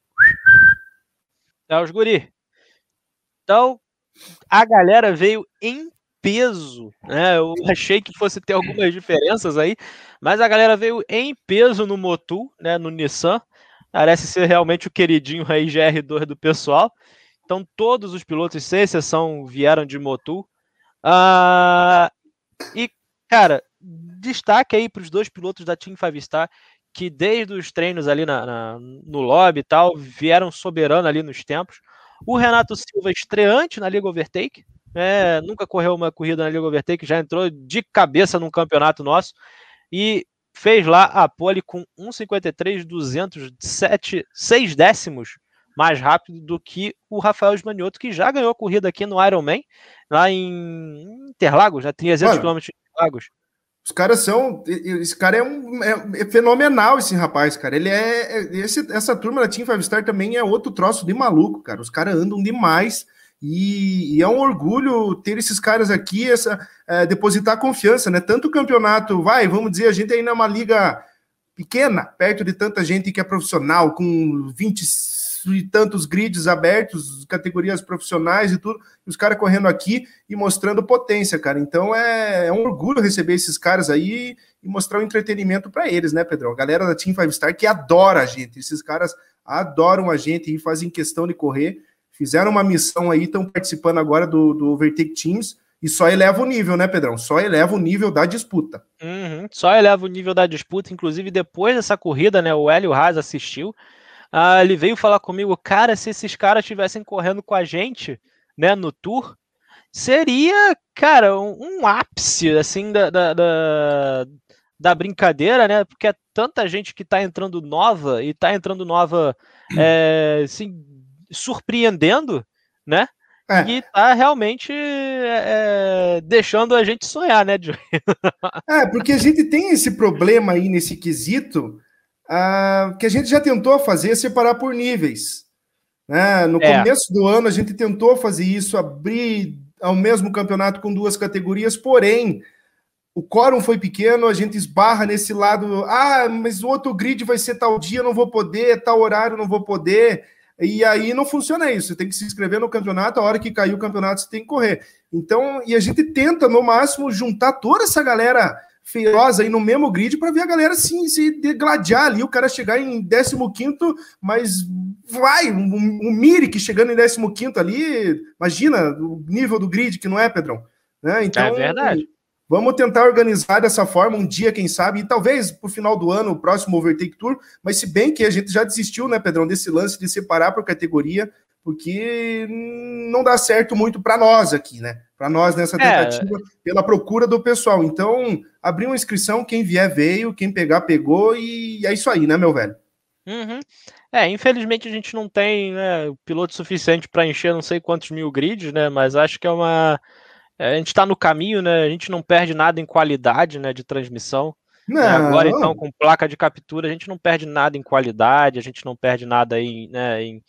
B: É os guri. Então, a galera veio em peso, né? Eu achei que fosse ter algumas diferenças aí, mas a galera veio em peso no Motul, né? No Nissan. Parece ser realmente o queridinho aí G R dois do pessoal. Então, todos os pilotos, sem exceção, vieram de Motul. Ah, e, cara, destaque aí para os dois pilotos da Team Five Star, que desde os treinos ali na, na, no lobby e tal, vieram soberano ali nos tempos. O Renato Silva, estreante na Liga Overtake, né, nunca correu uma corrida na Liga Overtake, já entrou de cabeça num campeonato nosso, e fez lá a pole com um cinquenta e três duzentos, seis décimos mais rápido do que o Rafael Smanioto, que já ganhou a corrida aqui no Ironman, lá em Interlagos, né, trezentos quilômetros de Interlagos.
A: Os caras são... Esse cara é, um, é, é fenomenal, esse rapaz, cara. Ele é... Esse, essa turma da Team Five Star também é outro troço de maluco, cara. Os caras andam demais. E, e é um orgulho ter esses caras aqui, essa, é, depositar confiança, né? Tanto o campeonato, vai, vamos dizer, a gente ainda é uma liga pequena, perto de tanta gente que é profissional, com vinte e tantos grids abertos, categorias profissionais e tudo, e os caras correndo aqui e mostrando potência, cara. Então é, é um orgulho receber esses caras aí e mostrar o entretenimento para eles, né, Pedrão? A galera da Team Five Star que adora a gente, esses caras adoram a gente e fazem questão de correr. Fizeram uma missão aí, estão participando agora do, do Overtake Teams e só eleva o nível, né, Pedrão? Só eleva o nível da disputa.
B: Uhum, só eleva o nível da disputa. Inclusive, depois dessa corrida, né, o Hélio Haas assistiu. Ah, ele veio falar comigo, cara, se esses caras estivessem correndo com a gente, né, no Tour, seria, cara, um, um ápice, assim, da, da, da, da brincadeira, né? Porque é tanta gente que tá entrando nova e tá entrando nova, é, assim, surpreendendo, né? É. E tá realmente é, deixando a gente sonhar, né, Joey?
A: É, porque a gente tem esse problema aí nesse quesito, uh, que a gente já tentou fazer, separar por níveis. Né? No é. começo do ano a gente tentou fazer isso, abrir ao mesmo campeonato com duas categorias, porém, o quórum foi pequeno, a gente esbarra nesse lado, ah, mas o outro grid vai ser tal dia, não vou poder, tal horário não vou poder... E aí não funciona isso, você tem que se inscrever no campeonato, a hora que cair o campeonato você tem que correr. Então, e a gente tenta, no máximo, juntar toda essa galera feroz aí no mesmo grid para ver a galera assim, se degladiar ali, o cara chegar em décimo quinto, mas vai, um, um Mirik chegando em décimo quinto ali, imagina o nível do grid que não é, Pedrão? Né? Então,
B: é verdade.
A: Vamos tentar organizar dessa forma um dia, quem sabe, e talvez pro final do ano, o próximo Overtake Tour, mas se bem que a gente já desistiu, né, Pedrão, desse lance de separar por categoria, porque não dá certo muito para nós aqui, né? Para nós nessa tentativa, é. pela procura do pessoal. Então, abrir uma inscrição, quem vier veio, quem pegar pegou, e é isso aí, né, meu velho?
B: Uhum. É, infelizmente a gente não tem, né, piloto suficiente para encher não sei quantos mil grids, né, mas acho que é uma... A gente está no caminho, né? A gente não perde nada em qualidade, né, de transmissão. Não. Agora, então, com placa de captura, a gente não perde nada em qualidade, a gente não perde nada em, né, em,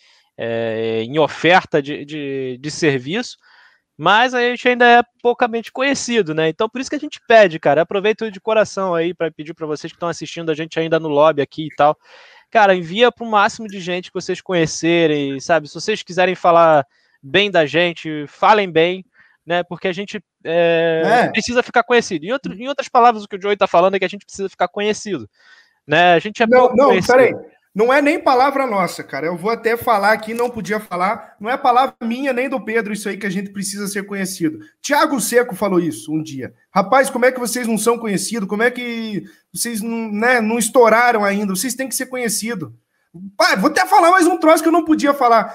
B: é, em oferta de, de, de serviço, mas a gente ainda é poucamente conhecido, né? Então, por isso que a gente pede, cara. Aproveito de coração aí para pedir para vocês que estão assistindo a gente ainda no lobby aqui e tal. Cara, envia para o máximo de gente que vocês conhecerem, sabe? Se vocês quiserem falar bem da gente, falem bem. Né, porque a gente é, é. precisa ficar conhecido. Em, outro, em outras palavras, o que o Joey está falando é que a gente precisa ficar conhecido. Né? A gente é
A: não,
B: pouco
A: não,
B: conhecido.
A: Peraí. Não é nem palavra nossa, cara. Eu vou até falar aqui, não podia falar. Não é palavra minha nem do Pedro, isso aí que a gente precisa ser conhecido. Tiago Seco falou isso um dia. Rapaz, como é que vocês não são conhecidos? Como é que vocês não, né, não estouraram ainda? Vocês têm que ser conhecidos. Pai, vou até falar mais um troço que eu não podia falar.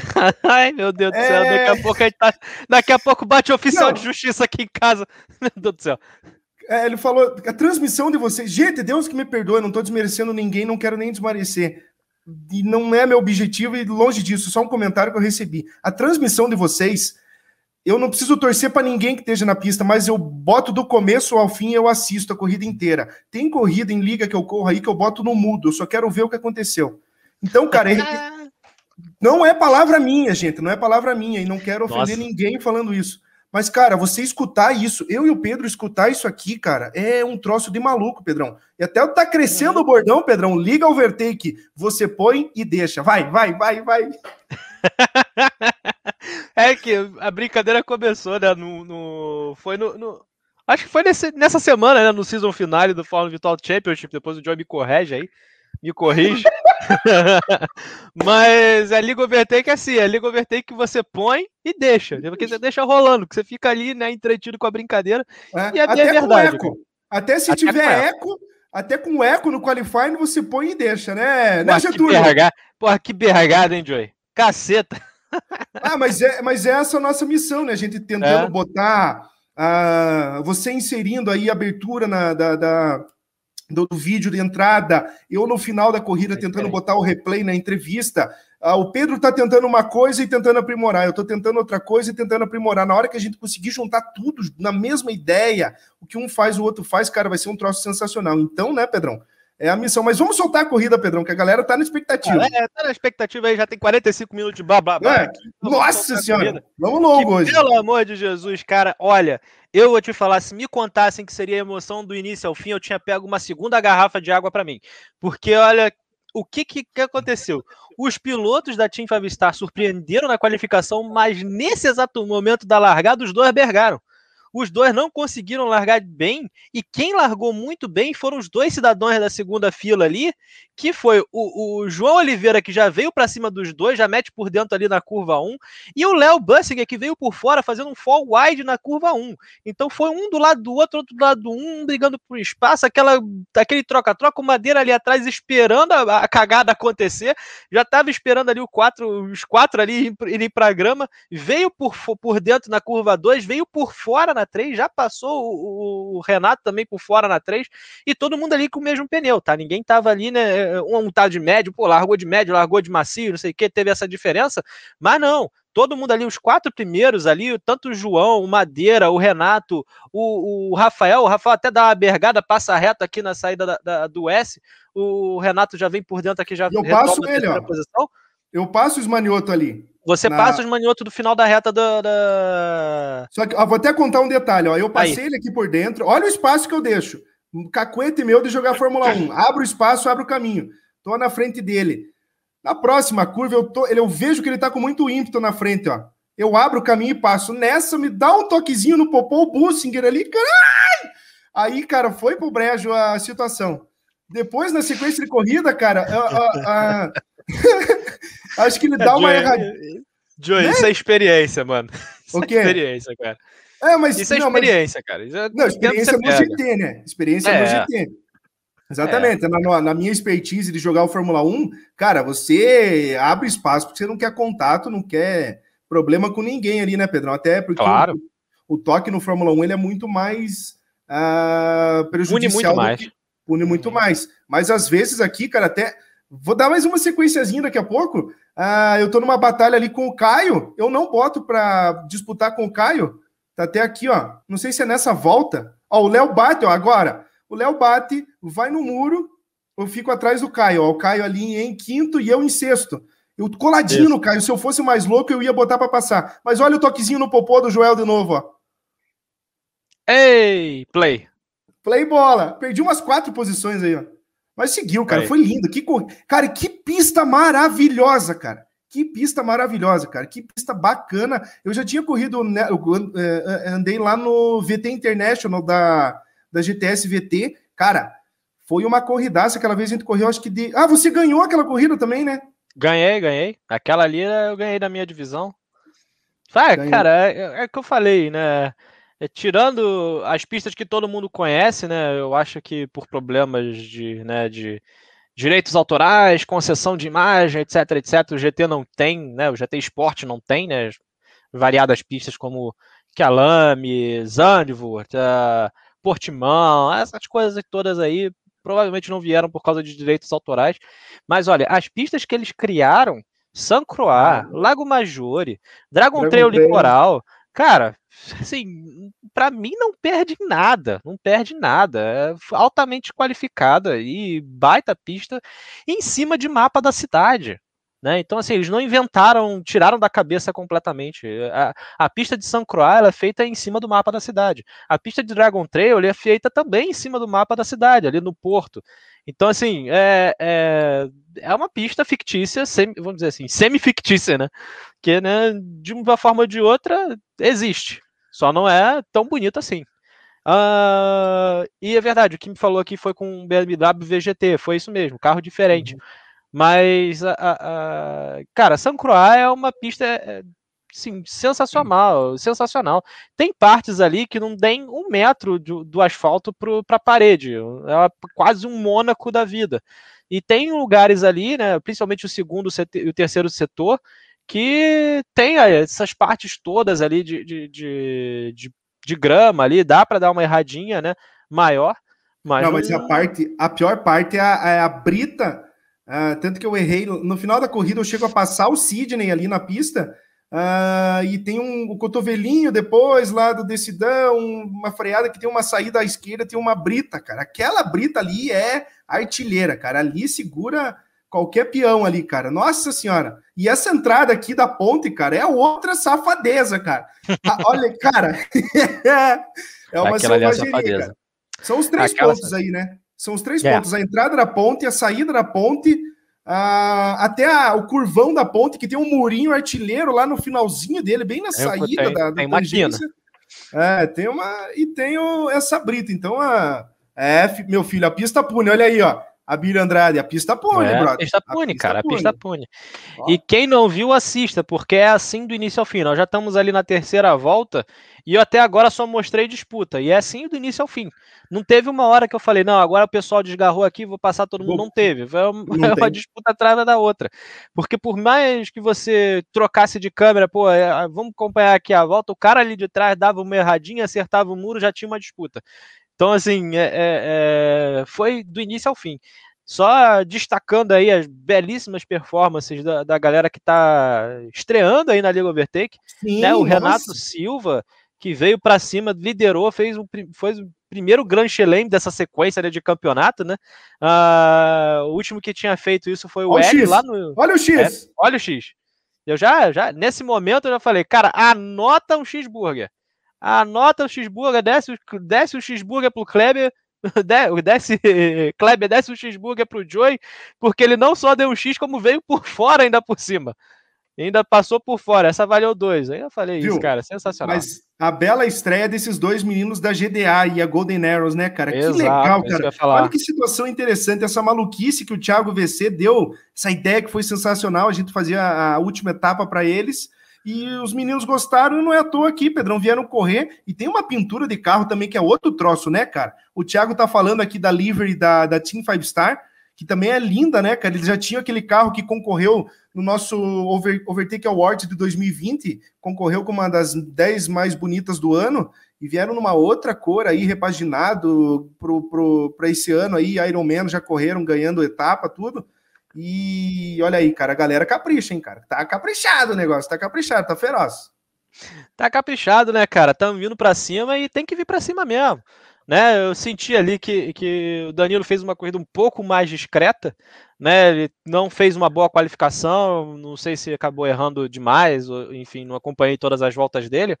B: Ai, meu Deus do céu, é... daqui a pouco a gente tá... daqui a pouco bate oficial não. de justiça aqui em casa. Meu Deus do céu.
A: É, ele falou, a transmissão de vocês, gente, Deus que me perdoe, não tô desmerecendo ninguém, não quero nem desmerecer. E não é meu objetivo, e longe disso, só um comentário que eu recebi. A transmissão de vocês, eu não preciso torcer para ninguém que esteja na pista, mas eu boto do começo ao fim, eu assisto a corrida inteira. Tem corrida em liga que eu corro aí que eu boto no mudo, eu só quero ver o que aconteceu. Então, cara, ele... Não é palavra minha, gente, não é palavra minha, e não quero ofender Nossa. ninguém falando isso. Mas, cara, você escutar isso, eu e o Pedro escutar isso aqui, cara, é um troço de maluco, Pedrão. E até tá crescendo uhum. o bordão, Pedrão, liga o overtake, você põe e deixa. Vai, vai, vai, vai.
B: É que a brincadeira começou, né, no... no foi no... no... Acho que foi nesse, nessa semana, né, no season finale do Fórmula Virtual Championship, depois o Joey me corrige aí, me corrige. Mas a Liga Overtake é assim, a Liga Overtake que você põe e deixa, porque você deixa rolando, que você fica ali, né, entretido com a brincadeira,
A: é,
B: e é
A: até
B: verdade.
A: Com eco. Até se até tiver eco, eco, até com eco no qualifying você põe e deixa, né? Né, Getúlio?
B: Que B H, porra, que B H, hein, Joey? Caceta!
A: Ah, mas é, mas é essa a nossa missão, né? A gente tentando é. botar, uh, você inserindo aí a abertura na, da... da Do, do vídeo de entrada, eu no final da corrida tentando botar o replay na entrevista, ah, o Pedro tá tentando uma coisa e tentando aprimorar, eu tô tentando outra coisa e tentando aprimorar. Na hora que a gente conseguir juntar tudo na mesma ideia, o que um faz, o outro faz, cara, vai ser um troço sensacional. Então, né, Pedrão, É a missão. Mas vamos soltar a corrida, Pedrão, que a galera tá na expectativa.
B: É, tá na expectativa aí, já tem quarenta e cinco minutos de blá blá blá.
A: É. Nossa senhora, vamos logo
B: que,
A: hoje.
B: Pelo amor de Jesus, cara, olha, eu vou te falar, se me contassem que seria a emoção do início ao fim, eu tinha pego uma segunda garrafa de água pra mim. Porque, olha, o que, que, que aconteceu? Os pilotos da Team Five Star surpreenderam na qualificação, mas nesse exato momento da largada, os dois bergaram. Os dois não conseguiram largar bem, e quem largou muito bem foram os dois cidadãos da segunda fila ali, que foi o, o João Oliveira, que já veio para cima dos dois, já mete por dentro ali na curva um, e o Léo Bussinger, que veio por fora fazendo um fall wide na curva um. Então foi um do lado do outro, outro do lado do um, um brigando por espaço, aquela, aquele troca-troca, o Madeira ali atrás esperando a, a cagada acontecer, já estava esperando ali o quatro, os quatro ali irem para a grama, veio por, por dentro na curva dois, veio por fora na três, já passou o, o Renato também por fora na três, e todo mundo ali com o mesmo pneu, tá? Ninguém tava ali, né? Um, um tá de médio, pô, largou de médio, largou de macio, não sei o que, teve essa diferença, mas não, todo mundo ali, os quatro primeiros ali, tanto o João, o Madeira, o Renato, o, o Rafael, o Rafael até dá uma bergada, passa reto aqui na saída da, da, do S, o Renato já vem por dentro aqui, já
A: eu passo ele, ó.
B: Posição.
A: Eu passo o Esmanioto ali.
B: Você na... passa os maniotos do final da reta da... da...
A: Só que, ó, vou até contar um detalhe, ó. Eu passei Aí. ele aqui por dentro. Olha o espaço que eu deixo. Um cacuete meu de jogar Fórmula um. Abro o espaço, abro o caminho. Tô na frente dele. Na próxima curva, eu, tô, eu vejo que ele tá com muito ímpeto na frente, ó. Eu abro o caminho e passo. Nessa, me dá um toquezinho no popô, o Bussinger ali. Carai! Aí, cara, foi pro brejo a situação. Depois, na sequência de corrida, cara... A, a, a... Acho que ele dá uma erradinha.
B: Joey, né? Isso é experiência, mano. Isso
A: o quê?
B: é experiência, cara.
A: É, mas,
B: isso é
A: não,
B: experiência,
A: mas...
B: cara. Já
A: não, experiência no G T, né? Experiência é. no G T. Exatamente. É. Na, na minha expertise de jogar o Fórmula um, cara, você abre espaço porque você não quer contato, não quer problema com ninguém ali, né, Pedrão? Até porque
B: claro.
A: o, o toque no Fórmula um ele é muito mais uh, prejudicial.
B: Pune muito mais.
A: Que, pune muito uhum. mais. Mas às vezes aqui, cara, até... Vou dar mais uma sequenciazinha daqui a pouco. Uh, eu tô numa batalha ali com o Caio. Eu não boto para disputar com o Caio. Tá até aqui, ó. Não sei se é nessa volta. Ó, o Léo bate, ó, agora. O Léo bate, vai no muro. Eu fico atrás do Caio. Ó, o Caio ali em quinto e eu em sexto. Eu coladinho Isso. no Caio. Se eu fosse mais louco, eu ia botar para passar. Mas olha o toquezinho no popô do Joel de novo, ó.
B: Ei, play.
A: Play bola. Perdi umas quatro posições aí, ó. Mas seguiu, cara, Aí. foi lindo. Que cor... Cara, que pista maravilhosa, cara. Que pista maravilhosa, cara. Que pista bacana. Eu já tinha corrido, né, eu andei lá no V T International da, da G T S V T. Cara, foi uma corridaça. Aquela vez a gente correu, acho que de... Ah, você ganhou aquela corrida também, né?
B: Ganhei, ganhei. Aquela ali eu ganhei da minha divisão. Ah, cara, é, é que eu falei, né? Tirando as pistas que todo mundo conhece, né? Eu acho que por problemas de, né, de direitos autorais, concessão de imagem, etc, etc, o G T não tem, né? O G T Sport não tem, né? Variadas pistas como Kyalami, Zandvoort, uh, Portimão, essas coisas todas aí provavelmente não vieram por causa de direitos autorais. Mas olha, as pistas que eles criaram, San Croix, ah, Lago Maggiore, Dragon, Dragon Trail Litoral, cara, assim, para mim não perde nada, não perde nada, é altamente qualificada e baita pista em cima de mapa da cidade, né? Então, assim, eles não inventaram, tiraram da cabeça completamente. A, a pista de San Croix ela é feita em cima do mapa da cidade. A pista de Dragon Trail ela é feita também em cima do mapa da cidade, ali no porto. Então, assim, é, é, é uma pista fictícia, semi, vamos dizer assim, semi-fictícia, né? Que, né, de uma forma ou de outra, existe. Só não é tão bonito assim. Uh, e é verdade, o que me falou aqui foi com o B M W V G T, foi isso mesmo, carro diferente. Uhum. Mas, a, a, a, cara, San Croix é uma pista assim, sensacional, sensacional. Tem partes ali que não tem um metro do, do asfalto para a parede, é quase um Mônaco da vida. E tem lugares ali, né, principalmente o segundo e o terceiro setor, que tem essas partes todas ali de, de, de, de, de grama ali, dá para dar uma erradinha, né, maior. Mas
A: não, mas não... a parte, a pior parte é a, é a brita, uh, tanto que eu errei, no final da corrida eu chego a passar o Sidney ali na pista, Uh, e tem um o cotovelinho depois lá do decidão, uma freada que tem uma saída à esquerda, tem uma brita, cara. Aquela brita ali é artilheira, cara. Ali segura qualquer peão ali, cara. Nossa senhora. E essa entrada aqui da ponte, cara, é outra safadeza, cara. Ah, olha, cara. É uma selvageria, cara. São os três Aquela... pontos aí, né? São os três é. pontos. A entrada da ponte, a saída da ponte... Uh, até a, o curvão da ponte, que tem um murinho artilheiro lá no finalzinho dele, bem na Eu saída
B: tenho,
A: da, da
B: tem tangência.
A: É, tem uma. E tem o, essa brita. Então, a, é, meu filho, a pista pune. Olha aí, ó. A Bíblia Andrade, a pista pune,
B: é,
A: brother.
B: A pista pune, a cara, pune. a pista pune. Ó. E quem não viu, assista, porque é assim do início ao fim. Nós já estamos ali na terceira volta e eu até agora só mostrei disputa. E é assim do início ao fim. Não teve uma hora que eu falei, não, agora o pessoal desgarrou aqui, vou passar todo mundo. Não teve. Foi uma, não uma disputa atrás da outra. Porque por mais que você trocasse de câmera, pô, é, vamos acompanhar aqui a volta, o cara ali de trás dava uma erradinha, acertava o muro, já tinha uma disputa. Então, assim, é, é, foi do início ao fim. Só destacando aí as belíssimas performances da, da galera que está estreando aí na Liga Overtake. Sim, né? O nossa. Renato Silva, que veio para cima, liderou, fez o, fez o primeiro Grand Chelem dessa sequência, né, de campeonato, né? Uh, o último que tinha feito isso foi o Hélio lá no...
A: Olha o X!
B: É, olha o X. Eu já, já, nesse momento, eu já falei, cara, anota um X-Burger. Anota o X-Burger, desce, desce o X-Burger pro Kleber, desce, Kleber, desce o X-Burger pro Joey, porque ele não só deu um X, como veio por fora ainda por cima. Ainda passou por fora, essa valeu dois. Aí eu falei Viu? isso, cara, sensacional.
A: Mas a bela estreia desses dois meninos da G D A e a Golden Arrows, né, cara? Exato, que legal, cara. Que Olha que situação interessante, essa maluquice que o Thiago V C deu, essa ideia que foi sensacional, a gente fazia a última etapa para eles, e os meninos gostaram, e não é à toa aqui, Pedrão, vieram correr, e tem uma pintura de carro também, que é outro troço, né, cara? O Thiago tá falando aqui da livery da, da Team Five Star, que também é linda, né, cara? Eles já tinham aquele carro que concorreu no nosso Over, Overtake Awards de dois mil e vinte, concorreu com uma das dez mais bonitas do ano, e vieram numa outra cor aí, repaginado pro, pro, pra esse ano aí, Ironman já correram, ganhando etapa, tudo. E olha aí, cara, a galera capricha, hein, cara? Tá caprichado o negócio, tá caprichado, tá feroz.
B: Tá caprichado, né, cara? Tamo vindo pra cima e tem que vir pra cima mesmo. Né, eu senti ali que, que o Danilo fez uma corrida um pouco mais discreta, né, ele não fez uma boa qualificação, não sei se acabou errando demais, ou, enfim, não acompanhei todas as voltas dele,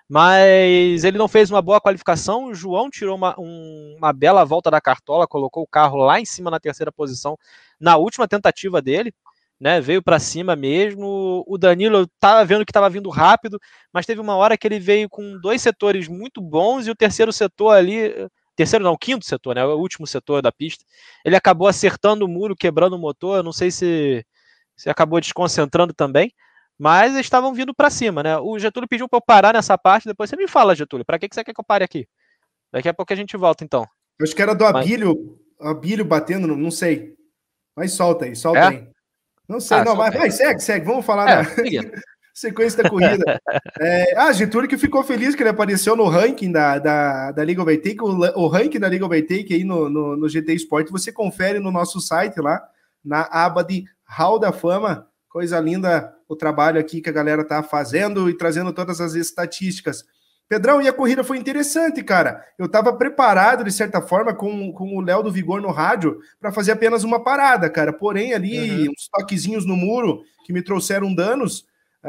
B: mas ele não fez uma boa qualificação, o João tirou uma, um, uma bela volta da cartola, colocou o carro lá em cima na terceira posição, na última tentativa dele, né, veio para cima mesmo. O Danilo estava vendo que estava vindo rápido, mas teve uma hora que ele veio com dois setores muito bons e o terceiro setor ali, terceiro não, o quinto setor, né, o último setor da pista, ele acabou acertando o muro, quebrando o motor. Eu não sei se, se acabou desconcentrando também, mas eles estavam vindo para cima, né. O Getúlio pediu para eu parar nessa parte, depois você me fala, Getúlio, para que, que você quer que eu pare aqui? Daqui a pouco a gente volta, então.
A: Eu acho que era do Abílio, mas... Abílio batendo, não sei, mas solta aí, solta é? aí. Não sei, ah, não, mas vai, segue, segue, vamos falar é, na sequência da corrida. É, ah, Getúlio que ficou feliz que ele apareceu no ranking da, da, da Liga Overtake, o, o ranking da Liga Overtake aí no, no, no G T Sport, você confere no nosso site lá, na aba de Hall da Fama, coisa linda o trabalho aqui que a galera tá fazendo e trazendo todas as estatísticas. Pedrão, e a corrida foi interessante, cara. Eu estava preparado, de certa forma, com, com o Léo do Vigor no rádio, para fazer apenas uma parada, cara. Porém, ali, uhum. uns toquezinhos no muro que me trouxeram danos,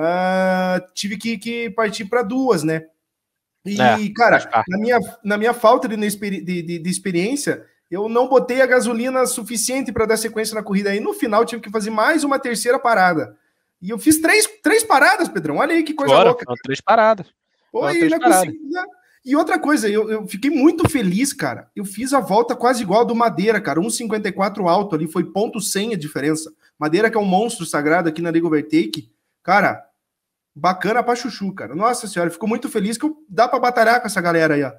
A: uh, tive que, que partir para duas, né? E, é, cara, na minha, na minha falta de, de, de, de experiência, eu não botei a gasolina suficiente para dar sequência na corrida. Aí, no final, tive que fazer mais uma terceira parada. E eu fiz três, três paradas, Pedrão. Olha aí que coisa
B: Bora,
A: louca.
B: Três paradas.
A: Oi, não consegui, né? E outra coisa, eu, eu fiquei muito feliz, cara. Eu fiz a volta quase igual a do Madeira, cara. um vírgula cinquenta e quatro alto ali, foi ponto cem a diferença. Madeira, que é um monstro sagrado aqui na Liga Overtake. Cara, bacana pra chuchu, cara. Nossa senhora, ficou muito feliz que eu, dá pra batalhar com essa galera aí, ó.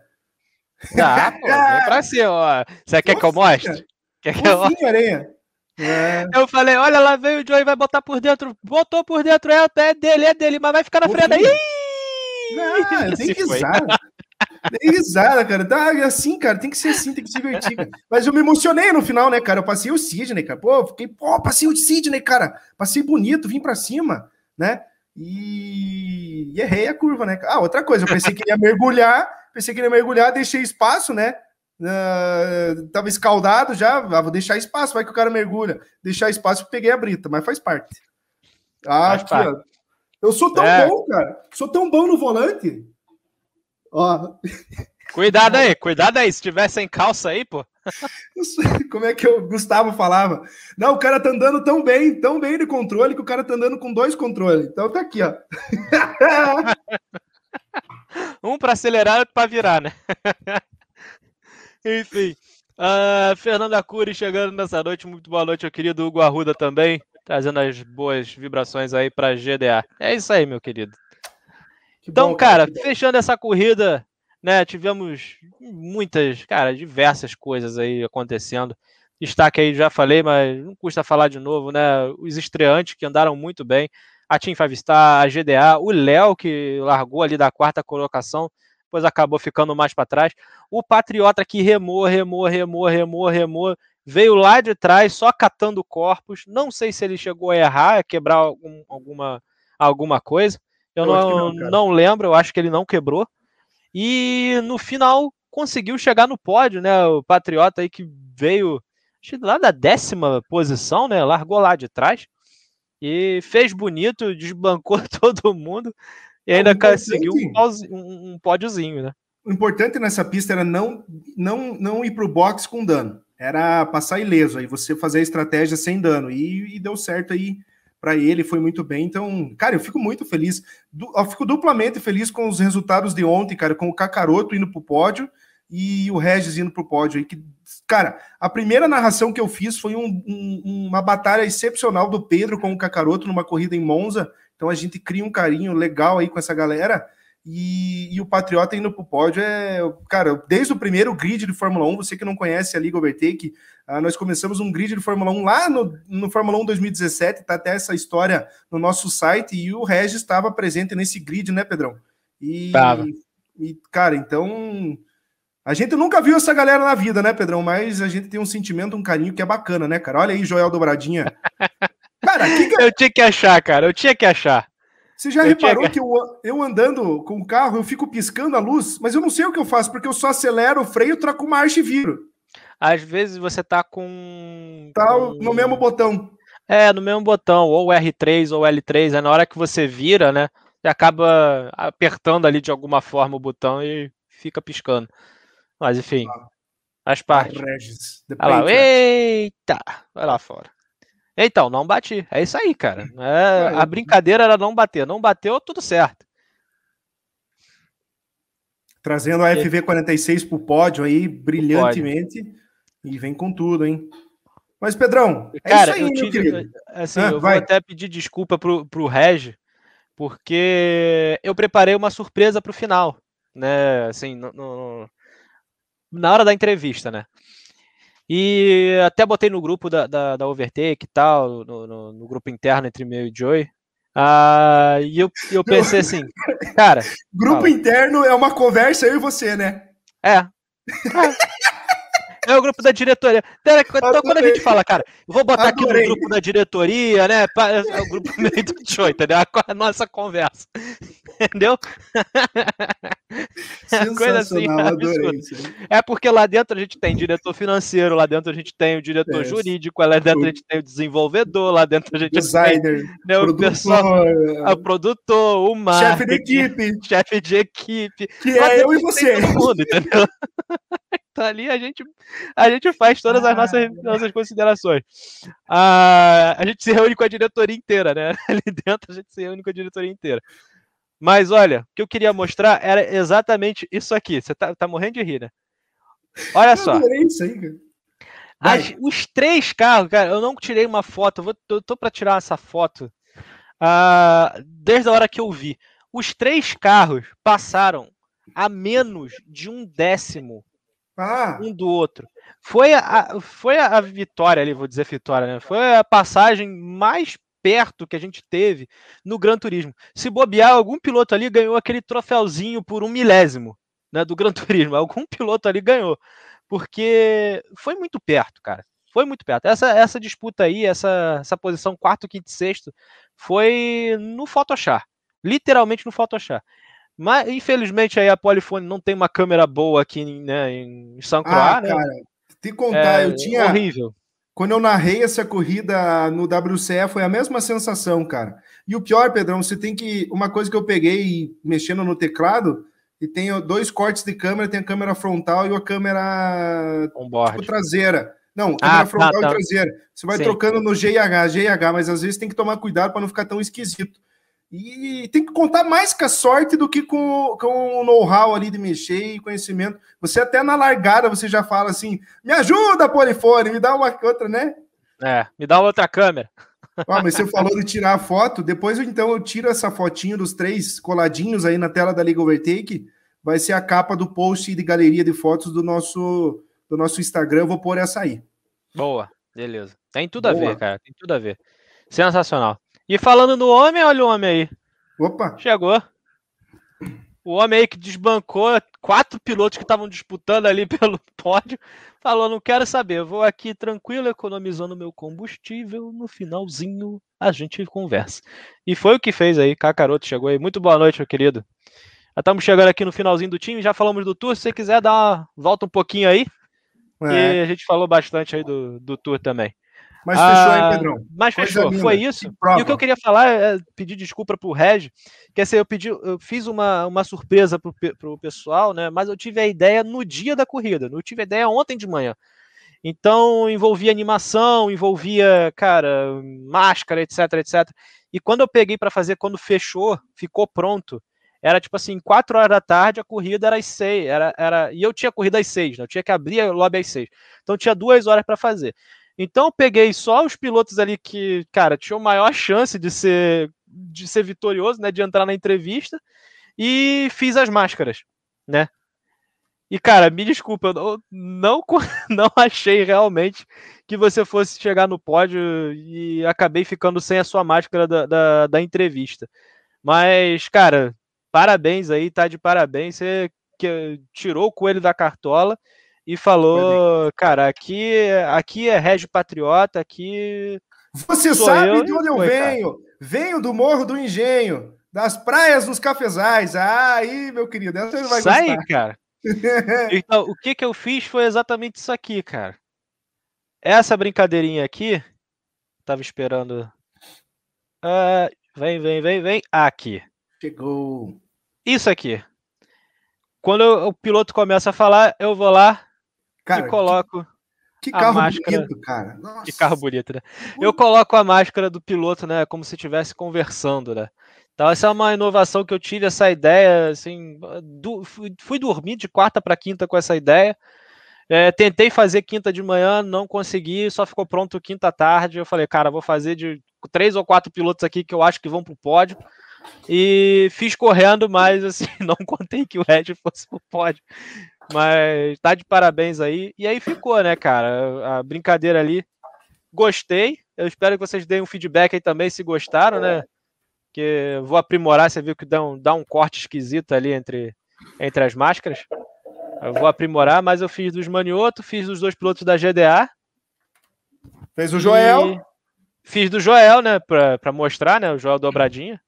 B: Dá, pô, vem pra cima, ó. Você quer que eu mostre? Quer que eu...
A: areia. É.
B: Eu falei, olha lá, veio o Joey, vai botar por dentro. Botou por dentro, é, é dele, é dele, mas vai ficar na freada aí.
A: Não, tem risada. Tem risada, cara. Tá assim, cara, tem que ser assim, tem que se divertir, cara. Mas eu me emocionei no final, né, cara? Eu passei o Sidney, cara. Pô, fiquei, pô, passei o Sidney, cara. Passei bonito, vim pra cima, né? e... e errei a curva, né? Ah, outra coisa, eu pensei que ia mergulhar, pensei que ia mergulhar, deixei espaço, né? Uh, tava escaldado já, ah, vou deixar espaço, vai que o cara mergulha. Deixar espaço, peguei a brita, mas faz parte. Ah,
B: faz
A: aqui,
B: parte.
A: ó. Eu sou tão é. bom, cara. Sou tão bom no volante. Ó.
B: Cuidado aí, cuidado aí. Se tiver sem calça aí, pô.
A: Como é que o Gustavo falava? Não, o cara tá andando tão bem, tão bem de controle, que o cara tá andando com dois controles. Então tá aqui, ó.
B: Um para acelerar e outro para virar, né? Enfim. Uh, Fernanda Cury chegando nessa noite. Muito boa noite, meu querido Hugo Arruda também. Trazendo as boas vibrações aí para G D A. É isso aí, meu querido. Que então, bom, cara, cara fechando essa corrida, né? Tivemos muitas, cara, diversas coisas aí acontecendo. Destaque aí, já falei, mas não custa falar de novo, né? Os estreantes que andaram muito bem. A Team Five Star, a G D A, o Léo, que largou ali da quarta colocação, depois acabou ficando mais para trás. O Patriota que remou, remou, remou, remou, remou, veio lá de trás só catando corpos. Não sei se ele chegou a errar, a quebrar algum, alguma, alguma coisa. Eu, eu não, não, não lembro, eu acho que ele não quebrou. E no final conseguiu chegar no pódio, né? O Patriota aí que veio acho que lá da décima posição, né? Largou lá de trás. E fez bonito, desbancou todo mundo e ainda conseguiu um, um, um pódiozinho, né?
A: O importante nessa pista era não, não, não ir para o box com dano. Era passar ileso, aí você fazer a estratégia sem dano. E, e deu certo aí para ele, foi muito bem. Então, cara, eu fico muito feliz. Du, eu fico duplamente feliz com os resultados de ontem, cara, com o Kakaroto indo para o pódio e o Regis indo para o pódio. Aí, que, cara, a primeira narração que eu fiz foi um, um, uma batalha excepcional do Pedro com o Kakaroto numa corrida em Monza. Então a gente cria um carinho legal aí com essa galera. E, e o Patriota indo pro pódio é... Cara, desde o primeiro grid de Fórmula um, você que não conhece a Liga Overtake, uh, nós começamos um grid de Fórmula um lá no, no Fórmula um dois mil e dezessete, tá até essa história no nosso site, e o Regis estava presente nesse grid, né, Pedrão? E,
B: tava.
A: E, cara, então... A gente nunca viu essa galera na vida, né, Pedrão? Mas a gente tem um sentimento, um carinho que é bacana, né, cara? Olha aí, Joel Dobradinha.
B: Cara, que que... Eu tinha que achar, cara, eu tinha que achar.
A: Você já eu reparou que, que eu, eu andando com o carro, eu fico piscando a luz, mas eu não sei o que eu faço, porque eu só acelero o freio, troco marcha e viro.
B: Às vezes você tá com...
A: Tá
B: com...
A: no mesmo botão.
B: É, no mesmo botão, ou R três ou L três, é na hora que você vira, né, você acaba apertando ali de alguma forma o botão e fica piscando. Mas enfim, ah, faz parte.
A: Regis,
B: olha lá, eita, vai lá fora. Então, não bati. É isso aí, cara. É, a brincadeira era não bater. Não bateu, tudo certo.
A: Trazendo a F V quarenta e seis pro pódio aí, brilhantemente. Pódio. E vem com tudo, hein? Mas, Pedrão, é
B: cara,
A: isso aí,
B: eu tive,
A: meu querido.
B: Assim, ah, eu vai. vou até pedir desculpa pro, pro Regi, porque eu preparei uma surpresa pro final, né? Assim, no, no, na hora da entrevista, né? E até botei no grupo da, da, da Overtake e tal, no, no, no grupo interno entre meu e Joey. Ah, e eu, eu pensei assim, cara...
A: Grupo fala. Interno é uma conversa, eu e você, né?
B: É. É, é o grupo da diretoria. Então, quando a gente fala, cara, eu vou botar Adorei. Aqui no grupo da diretoria, né? É o grupo meio do show, entendeu? A nossa conversa. Entendeu? Coisa assim, é porque lá dentro a gente tem diretor financeiro, lá dentro a gente tem o diretor é. jurídico, lá dentro a gente tem o desenvolvedor, lá dentro a gente
A: Designer,
B: tem né, o pessoal, o produtor, o marketing,
A: chefe de equipe,
B: chefe de equipe,
A: que é eu e você,
B: todo mundo, entendeu? Então ali a gente, a gente faz todas as nossas, nossas considerações. Ah, a gente se reúne com a diretoria inteira, né? Ali dentro a gente se reúne com a diretoria inteira. Mas olha, o que eu queria mostrar era exatamente isso aqui. Você tá, tá morrendo de rir, né? Olha só.
A: Eu adorei isso aí, cara.
B: As, os três carros, cara, eu não tirei uma foto. Eu, vou, eu tô para tirar essa foto uh, desde a hora que eu vi. Os três carros passaram a menos de um décimo
A: ah.
B: um do outro. Foi a, foi a vitória ali, vou dizer vitória, né? Foi a passagem mais perto que a gente teve no Gran Turismo. Se bobear, algum piloto ali ganhou aquele troféuzinho por um milésimo, né, do Gran Turismo. Algum piloto ali ganhou. Porque foi muito perto, cara. Foi muito perto. Essa, essa disputa aí, essa, essa posição quarto, quinto e sexto, foi no Photoshop. Literalmente no Photoshop. Mas, infelizmente, aí a Polifone não tem uma câmera boa aqui, né, em São Croix,
A: Ah,
B: né?
A: cara, te contar,
B: É
A: eu tinha...
B: horrível.
A: Quando eu narrei essa corrida no W C E, foi a mesma sensação, cara. E o pior, Pedrão, você tem que... Uma coisa que eu peguei mexendo no teclado, e tem dois cortes de câmera, tem a câmera frontal e a câmera tipo, traseira. Não, câmera ah, frontal tá, tá. e traseira. Você vai Sim. trocando no G H, G H, mas às vezes tem que tomar cuidado para não ficar tão esquisito. E tem que contar mais com a sorte do que com, com o know-how ali de mexer e conhecimento. Você até na largada, você já fala assim, me ajuda, Polifone, me dá uma outra, né?
B: É, me dá outra câmera.
A: Ah, mas você falou de tirar a foto, depois então eu tiro essa fotinho dos três coladinhos aí na tela da Liga Overtake, vai ser a capa do post de galeria de fotos do nosso, do nosso Instagram, eu vou pôr essa aí.
B: Boa, beleza. Tem tudo Boa. a ver, cara, tem tudo a ver. Sensacional. E falando no homem, olha o homem aí.
A: Opa!
B: Chegou. O homem aí que desbancou quatro pilotos que estavam disputando ali pelo pódio, falou, não quero saber, eu vou aqui tranquilo, economizando meu combustível, no finalzinho a gente conversa. E foi o que fez aí, Kakaroto chegou aí. Muito boa noite, meu querido. Já estamos chegando aqui no finalzinho do time, já falamos do Tour, se você quiser dar uma volta um pouquinho aí, é. e a gente falou bastante aí do, do Tour também.
A: Mas fechou, hein, Pedrão?
B: Mas fechou, linda. Foi isso. E o que eu queria falar é pedir desculpa pro Reg, que assim, eu, pedi, eu fiz uma, uma surpresa pro, pro pessoal, né? Mas eu tive a ideia no dia da corrida, eu tive a ideia ontem de manhã. Então, envolvia animação, envolvia, cara, máscara, etc, etcétera. E quando eu peguei para fazer, quando fechou, ficou pronto, era tipo assim, quatro horas da tarde, a corrida era às seis, era, era, e eu tinha corrida às seis, né? Eu tinha que abrir a lobby às seis. Então, tinha duas horas para fazer. Então eu peguei só os pilotos ali que, cara, tinham maior chance de ser, de ser vitorioso, né, de entrar na entrevista, e fiz as máscaras, né? E, cara, me desculpa, eu não, não achei realmente que você fosse chegar no pódio e acabei ficando sem a sua máscara da, da, da entrevista. Mas, cara, parabéns aí, tá de parabéns, você que tirou o coelho da cartola e falou, cara, aqui, aqui é Régio Patriota, aqui...
A: Você sabe de onde eu venho? Cara. Venho do Morro do Engenho, das praias dos cafezais. Ah, aí, meu querido, essa você vai
B: Sai,
A: gostar.
B: cara. Então, o que que eu fiz foi exatamente isso aqui, cara. Essa brincadeirinha aqui, tava esperando... Uh, vem, vem, vem, vem. Aqui.
A: Chegou.
B: Isso aqui. Quando eu, o piloto começa a falar, eu vou lá... Cara, e coloco
A: que, que carro
B: a máscara.
A: bonito, cara. Nossa.
B: Que carro bonito, né? Eu coloco a máscara do piloto, né? Como se estivesse conversando, né? Então, essa é uma inovação que eu tive, essa ideia, assim... Do, fui, fui dormir de quarta para quinta com essa ideia. É, tentei fazer quinta de manhã, não consegui, só ficou pronto quinta à tarde. Eu falei, cara, vou fazer de três ou quatro pilotos aqui que eu acho que vão pro pódio. E fiz correndo, mas, assim, não contei que o Red fosse pro pódio. Mas tá de parabéns aí. E aí ficou, né, cara? A brincadeira ali. Gostei. Eu espero que vocês deem um feedback aí também, se gostaram, né? Que vou aprimorar. Você viu que dá um, dá um corte esquisito ali entre, entre as máscaras. Eu vou aprimorar, mas eu fiz dos Manioto, fiz dos dois pilotos da G D A.
A: Fez o Joel.
B: Fiz do Joel, né? Pra, pra mostrar, né? O Joel dobradinha.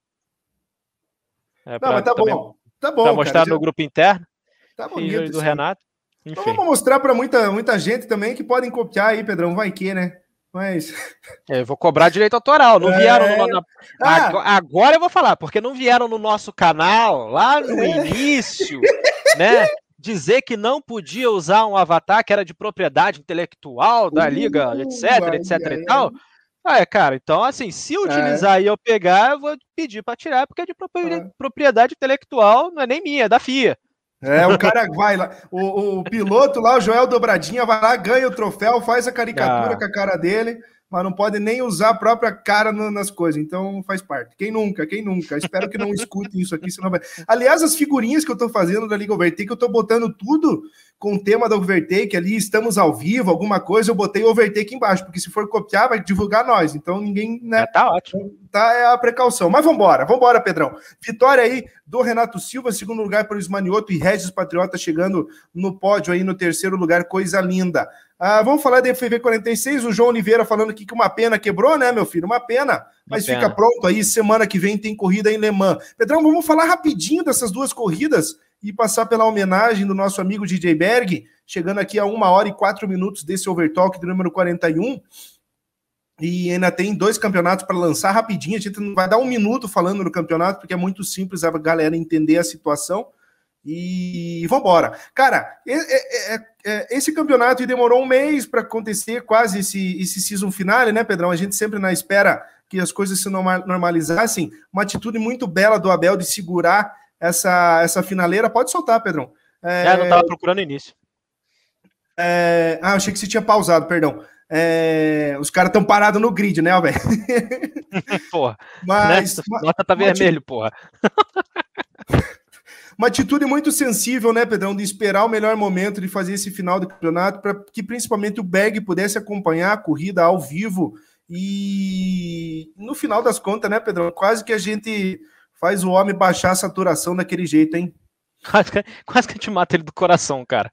B: É,
A: Não, mas tá
B: também,
A: bom. Tá bom,
B: pra mostrar
A: cara,
B: no grupo interno.
A: Tá bonito.
B: Do Renato. Enfim.
A: Então vamos mostrar para muita, muita gente também que podem copiar aí, Pedrão. Vai que, né? Mas.
B: Eu vou cobrar direito autoral. Não é... vieram no, na...
A: ah.
B: Agora eu vou falar, porque não vieram no nosso canal, lá no início, né? Dizer que não podia usar um avatar que era de propriedade intelectual da liga, uh, etc, ai, etc ai, e tal. Ah, é, cara, então assim, se utilizar é. e eu pegar, eu vou pedir para tirar, porque é de propriedade, é. propriedade intelectual, não é nem minha, é da F I A.
A: É, o cara vai lá, o, o piloto lá, o Joel Dobradinha, vai lá, ganha o troféu, faz a caricatura ah. com a cara dele, mas não pode nem usar a própria cara no, nas coisas, então faz parte. Quem nunca, quem nunca? Espero que não escutem isso aqui, senão vai... Aliás, as figurinhas que eu tô fazendo da Liga Overtake, eu tô botando tudo com o tema da Overtake ali, estamos ao vivo, alguma coisa, eu botei Overtake embaixo, porque se for copiar, vai divulgar nós, então ninguém, né?
B: É, tá ótimo.
A: tá é a precaução. Mas vambora, vambora, Pedrão. Vitória aí do Renato Silva, segundo lugar para o Ismanioto e Regis Patriota chegando no pódio aí no terceiro lugar, coisa linda. Ah, vamos falar da F V quarenta e seis, o João Oliveira falando aqui que uma pena quebrou, né, meu filho? Uma pena, mas uma fica pena. Pronto aí, semana que vem tem corrida em Le Mans. Pedrão, vamos falar rapidinho dessas duas corridas e passar pela homenagem do nosso amigo D J Berg, chegando aqui a uma hora e quatro minutos desse Overtalk do número quarenta e um. E ainda tem dois campeonatos para lançar rapidinho. A gente não vai dar um minuto falando no campeonato, porque é muito simples a galera entender a situação. E vambora. Cara, é, é, é, esse campeonato demorou um mês para acontecer, quase esse, esse season finale, né, Pedrão? A gente sempre na espera que as coisas se normalizassem. Uma atitude muito bela do Abel de segurar essa, essa finaleira. Pode soltar, Pedrão.
B: É, é não estava procurando o início.
A: É, ah, achei que você tinha pausado, perdão. É, os caras estão parados no grid, né, velho?
B: Porra.
A: Mas.
B: Né? Nota tá vermelho, porra.
A: Uma atitude muito sensível, né, Pedrão, de esperar o melhor momento de fazer esse final do campeonato para que principalmente o Berg pudesse acompanhar a corrida ao vivo e no final das contas, né, Pedrão, quase que a gente faz o homem baixar a saturação daquele jeito, hein?
B: Quase que, quase que a gente mata ele do coração, cara.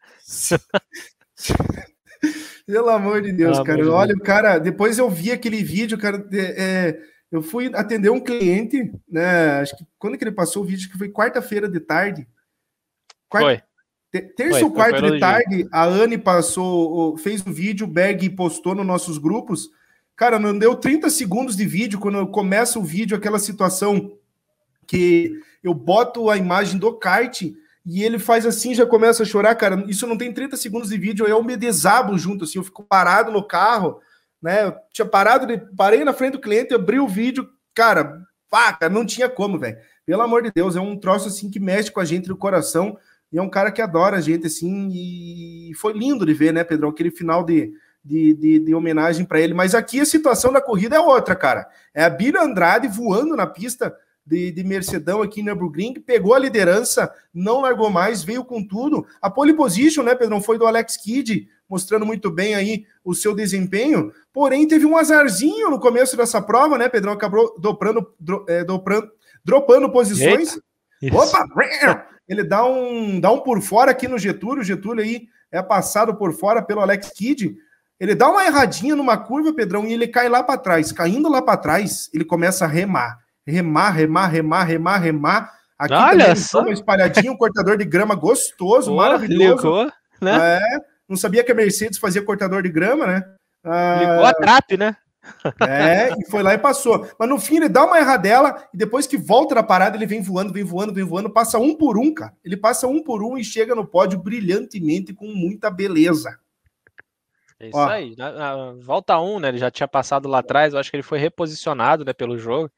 A: Pelo amor de Deus, Pelo cara. De Olha, Deus. o cara, depois eu vi aquele vídeo, cara, é, eu fui atender um cliente, né? Acho que quando que ele passou o vídeo, que foi quarta-feira de tarde. Quarta,
B: foi.
A: Terça foi, ou quarta de tarde, dia. A Anne passou, fez o vídeo, o Berg postou nos nossos grupos. Cara, não deu trinta segundos de vídeo, quando começa o vídeo, aquela situação que eu boto a imagem do kart e ele faz assim, já começa a chorar, cara. Isso não tem trinta segundos de vídeo, eu me desabo junto, assim, eu fico parado no carro, né? Eu tinha parado, de, parei na frente do cliente, abri o vídeo, cara, faca, não tinha como, velho. Pelo amor de Deus, é um troço assim que mexe com a gente no coração, e é um cara que adora a gente, assim, e foi lindo de ver, né, Pedrão, aquele final de, de, de, de homenagem para ele. Mas aqui a situação da corrida é outra, cara. É a Bira Andrade voando na pista de, de Mercedão aqui no Nürburgring, pegou a liderança, não largou mais, veio com tudo. A pole position, né, Pedrão, foi do Alex Kidd, mostrando muito bem aí o seu desempenho, porém teve um azarzinho no começo dessa prova, né, Pedrão, acabou dobrando, dro, é, dobrando, dropando posições. Opa! Ele dá um, dá um por fora aqui no Getúlio, o Getúlio aí é passado por fora pelo Alex Kidd, ele dá uma erradinha numa curva, Pedrão, e ele cai lá para trás. Caindo lá para trás, ele começa a remar, remar, remar, remar, remar, remar. Aqui
B: Olha só,
A: uma espalhadinha, um cortador de grama gostoso, oh, maravilhoso.
B: Ligou, né?
A: É, não sabia que a Mercedes fazia cortador de grama, né?
B: Ligou a trap, né?
A: É, e foi lá e passou. Mas no fim ele dá uma erradela e depois que volta da parada ele vem voando, vem voando, vem voando, passa um por um, cara. Ele passa um por um e chega no pódio brilhantemente com muita beleza.
B: É isso Ó. aí. Na, na volta um, né? Ele já tinha passado lá atrás, eu acho que ele foi reposicionado, né, pelo jogo.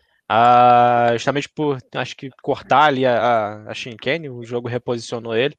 B: Ah, justamente por, acho que cortar ali a, a, a chicane, o jogo reposicionou ele.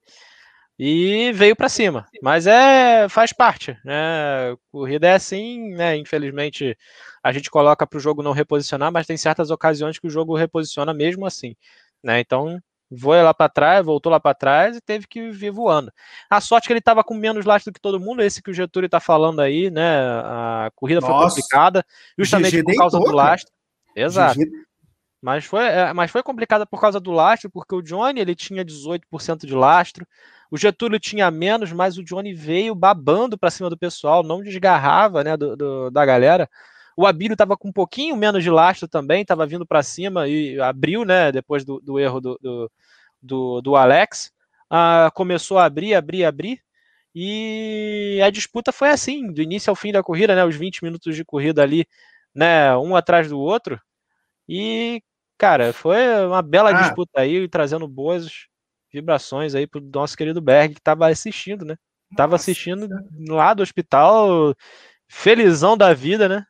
B: E veio para cima, mas é faz parte, né? Corrida é assim, né? Infelizmente a gente coloca para o jogo não reposicionar, mas tem certas ocasiões que o jogo reposiciona mesmo assim, né? Então foi lá para trás, voltou lá para trás e teve que vir voando. A sorte que ele estava com menos lastro do que todo mundo, esse que o Getúlio está falando aí, né? A corrida Nossa, foi complicada, justamente por causa do lastro. Exato. G G... Mas foi, mas foi complicada por causa do lastro, porque o Johnny ele tinha dezoito por cento de lastro. O Getúlio tinha menos, mas o Johnny veio babando para cima do pessoal, não desgarrava, né, do, do, da galera. O Abílio estava com um pouquinho menos de lastro também, estava vindo para cima e abriu, né, depois do, do erro do, do, do, do Alex. Ah, começou a abrir, abrir, abrir. E a disputa foi assim, do início ao fim da corrida, né, os vinte minutos de corrida ali, né, um atrás do outro. E, cara, foi uma bela ah. disputa aí, trazendo boas vibrações aí pro nosso querido Berg, que tava assistindo, né? Tava Nossa, assistindo cara. lá do hospital, felizão da vida, né?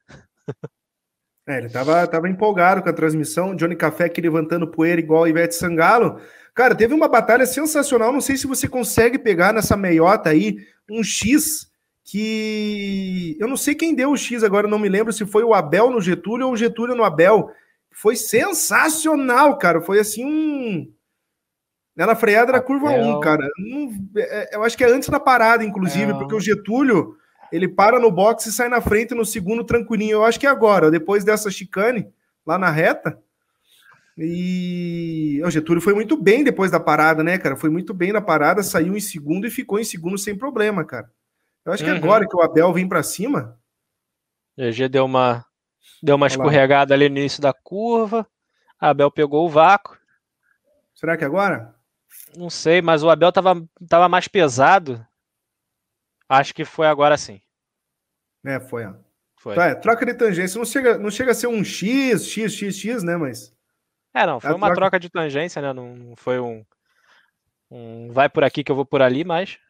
A: É, ele tava, tava empolgado com a transmissão, Johnny Café aqui levantando poeira igual a Ivete Sangalo. Cara, teve uma batalha sensacional, não sei se você consegue pegar nessa meiota aí um X que... Eu não sei quem deu o X agora, não me lembro se foi o Abel no Getúlio ou o Getúlio no Abel. Foi sensacional, cara, foi assim um... Na freada da curva um, cara. Eu acho que é antes da parada, inclusive, é. porque o Getúlio, ele para no boxe e sai na frente no segundo tranquilinho. Eu acho que é agora, depois dessa chicane, lá na reta. E o Getúlio foi muito bem depois da parada, né, cara? Foi muito bem na parada, saiu em segundo e ficou em segundo sem problema, cara. Eu acho que
B: Uhum.
A: agora que o Abel vem para cima...
B: O G G deu uma, deu uma escorregada ali no início da curva, a Abel pegou o vácuo.
A: Será que agora?
B: Não sei, mas o Abel tava, tava mais pesado. Acho que foi agora sim.
A: É, foi, ó.
B: Foi.
A: Tá, é, troca de tangência. Não chega, não chega a ser um X, X, X, X, né? Mas.
B: É, não, foi
A: a
B: uma troca... troca de tangência, né? Não, não foi um, um. Vai por aqui que eu vou por ali, mas.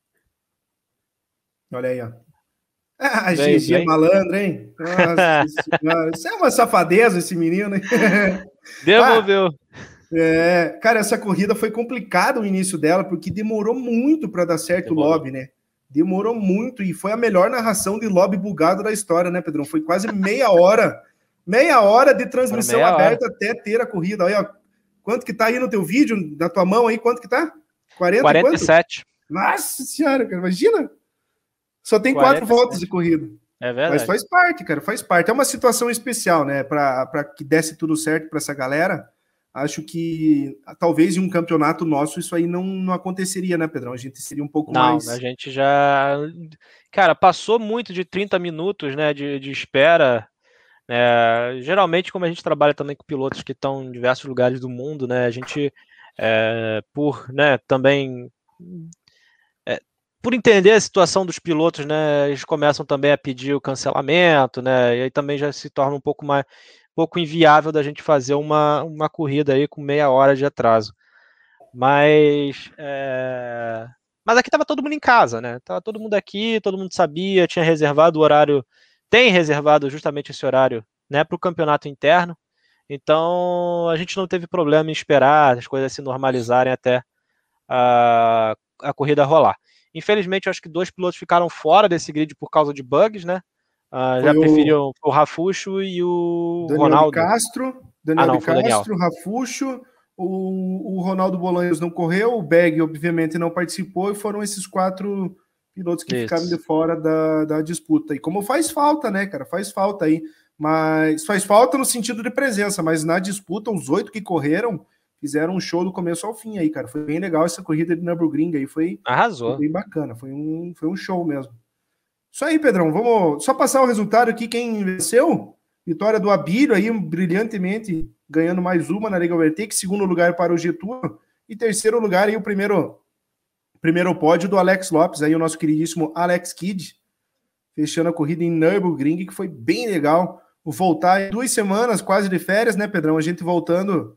A: Olha aí, ó. Ah,
B: Bem,
A: G G
B: bem.
A: malandro, hein? Nossa senhora. Isso é uma safadeza, esse menino, hein?
B: Devolveu.
A: Ah, é, cara, essa corrida foi complicada o início dela, porque demorou muito para dar certo demorou. o lobby, né? Demorou muito e foi a melhor narração de lobby bugado da história, né, Pedrão? Foi quase meia hora, meia hora de transmissão aberta hora. Até ter a corrida. Olha, quanto que tá aí no teu vídeo, na tua mão aí, quanto que tá? quarenta,
B: quarenta e sete.
A: Nossa senhora, cara, imagina. Só tem quarenta e sete. Quatro voltas de corrida.
B: É verdade.
A: Mas faz parte, cara, faz parte. É uma situação especial, né? Para que desse tudo certo para essa galera. Acho que talvez em um campeonato nosso isso aí não, não aconteceria, né, Pedrão? A gente seria um pouco
B: não,
A: mais...
B: Não, a gente já... Cara, passou muito de trinta minutos, né, de, de espera. É, geralmente, como a gente trabalha também com pilotos que estão em diversos lugares do mundo, né, a gente, é, por, né, também... É, por entender a situação dos pilotos, né, eles começam também a pedir o cancelamento, né, e aí também já se torna um pouco mais... pouco inviável da gente fazer uma, uma corrida aí com meia hora de atraso. Mas é... mas aqui tava todo mundo em casa, né? Tava todo mundo aqui, todo mundo sabia, tinha reservado o horário, tem reservado justamente esse horário, né, para o campeonato interno. Então a gente não teve problema em esperar as coisas se normalizarem até a, a corrida rolar. Infelizmente, eu acho que dois pilotos ficaram fora desse grid por causa de bugs, né? Uh, já preferiram o, o Rafuxo e o
A: Daniel
B: Ronaldo.
A: De Castro, Daniel
B: ah, não,
A: De Castro, Rafuxo, o, o Ronaldo Bolanhos não correu, o Beg, obviamente, não participou, e foram esses quatro pilotos que Isso. ficaram de fora da, da disputa. E como faz falta, né, cara? Faz falta aí. Mas faz falta no sentido de presença, mas na disputa, os oito que correram fizeram um show do começo ao fim aí, cara. Foi bem legal essa corrida de Nürburgring aí, foi,
B: Arrasou.
A: foi bem bacana, foi um, foi um show mesmo. Isso aí, Pedrão, vamos só passar o resultado aqui, quem venceu, vitória do Abílio aí, brilhantemente, ganhando mais uma na Liga Overtake, segundo lugar para o Getúlio, e terceiro lugar aí o primeiro, primeiro pódio do Alex Lopes, aí o nosso queridíssimo Alex Kidd, fechando a corrida em Nürburgring, que foi bem legal, o voltar em duas semanas, quase de férias, né, Pedrão, a gente voltando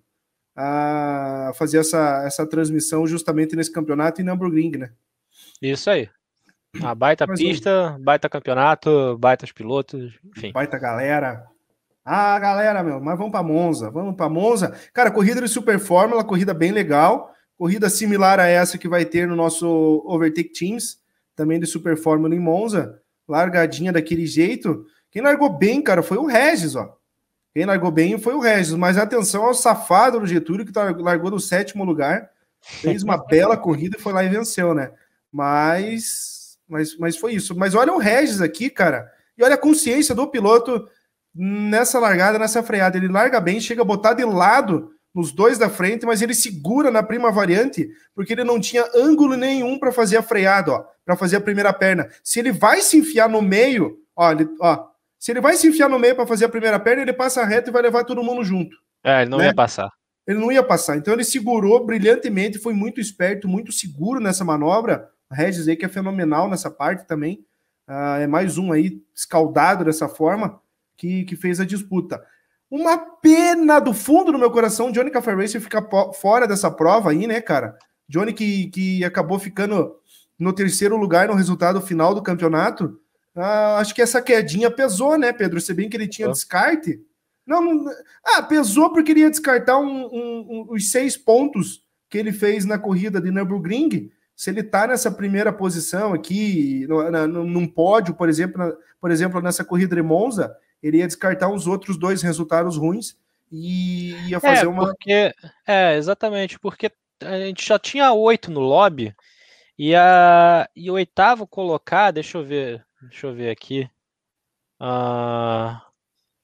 A: a fazer essa, essa transmissão justamente nesse campeonato em Nürburgring, né?
B: Isso aí. A baita Mas pista, um... baita campeonato, baitas pilotos, enfim.
A: Baita galera. Ah, galera, meu, mas vamos para Monza, vamos para Monza. Cara, corrida de Super Fórmula, corrida bem legal, corrida similar a essa que vai ter no nosso Overtake Teams, também de Super Fórmula em Monza, largadinha daquele jeito. Quem largou bem, cara, foi o Regis, ó. Quem largou bem foi o Regis, mas atenção ao safado do Getúlio, que largou no sétimo lugar, fez uma bela corrida e foi lá e venceu, né? Mas... Mas, mas foi isso. Mas olha o Regis aqui, cara. E olha a consciência do piloto nessa largada, nessa freada. Ele larga bem, chega a botar de lado nos dois da frente, mas ele segura na prima variante, porque ele não tinha ângulo nenhum para fazer a freada, ó, para fazer a primeira perna. Se ele vai se enfiar no meio, ó, ele, ó, se ele vai se enfiar no meio para fazer a primeira perna, ele passa reto e vai levar todo mundo junto.
B: É, ele não
A: né?
B: ia passar.
A: Ele não ia passar. Então ele segurou brilhantemente, foi muito esperto, muito seguro nessa manobra. O Regis aí que é fenomenal nessa parte também. Uh, é mais um aí escaldado dessa forma que, que fez a disputa. Uma pena do fundo do meu coração, Johnny Café Racer ficar fora dessa prova aí, né, cara? Johnny que, que acabou ficando no terceiro lugar no resultado final do campeonato. Uh, acho que essa quedinha pesou, né, Pedro? Se bem que ele tinha oh. descarte. Não, não, ah, pesou porque ele ia descartar um, um, um, os seis pontos que ele fez na corrida de Nürburgring. Se ele está nessa primeira posição aqui, no, na, num pódio, por exemplo, na, por exemplo, nessa corrida de Monza, ele ia descartar os outros dois resultados ruins e ia fazer
B: é,
A: uma...
B: Porque, é, exatamente, porque a gente já tinha oito no lobby e, a, e o oitavo colocar, deixa eu ver, deixa eu ver aqui. Uh...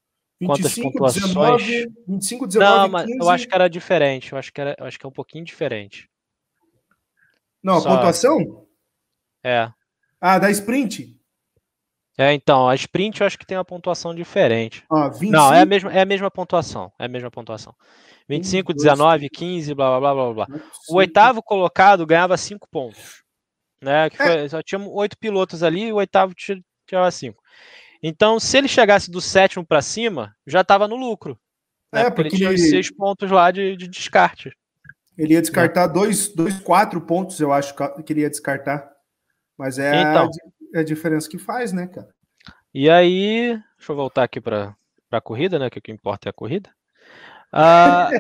B: Quantas
A: vinte e cinco,
B: pontuações?
A: dezenove, vinte e cinco,
B: Não,
A: dezenove,
B: mas eu acho
A: quinze.
B: que era diferente. Eu acho que, era, eu acho que é um pouquinho diferente.
A: Não, a
B: Só.
A: pontuação?
B: É.
A: Ah, da sprint?
B: É, então, a sprint eu acho que tem uma pontuação diferente.
A: Ó,
B: Não, é a
A: vinte e cinco.
B: mesma, é a mesma pontuação. É a mesma pontuação. vinte e
A: um,
B: cinco,
A: dois,
B: dezenove,
A: três,
B: quinze, blá blá blá blá blá.
A: quatro,
B: O
A: cinco.
B: oitavo colocado ganhava cinco pontos. Né? Que
A: É,
B: foi, só tinha oito pilotos ali e o oitavo tirava cinco. Então, se ele chegasse do sétimo para cima, já estava no lucro. Né?
A: é,
B: Porque ele
A: porque
B: tinha os
A: ele,
B: seis pontos lá de, de descarte.
A: ele ia
B: Né?
A: descartar dois, dois, quatro pontos, eu acho que ele ia descartar. Mas é a,
B: Então,
A: é a diferença que faz, né, cara?
B: e aí, deixa eu voltar aqui para a corrida, né? Que o que importa é a corrida. Ah,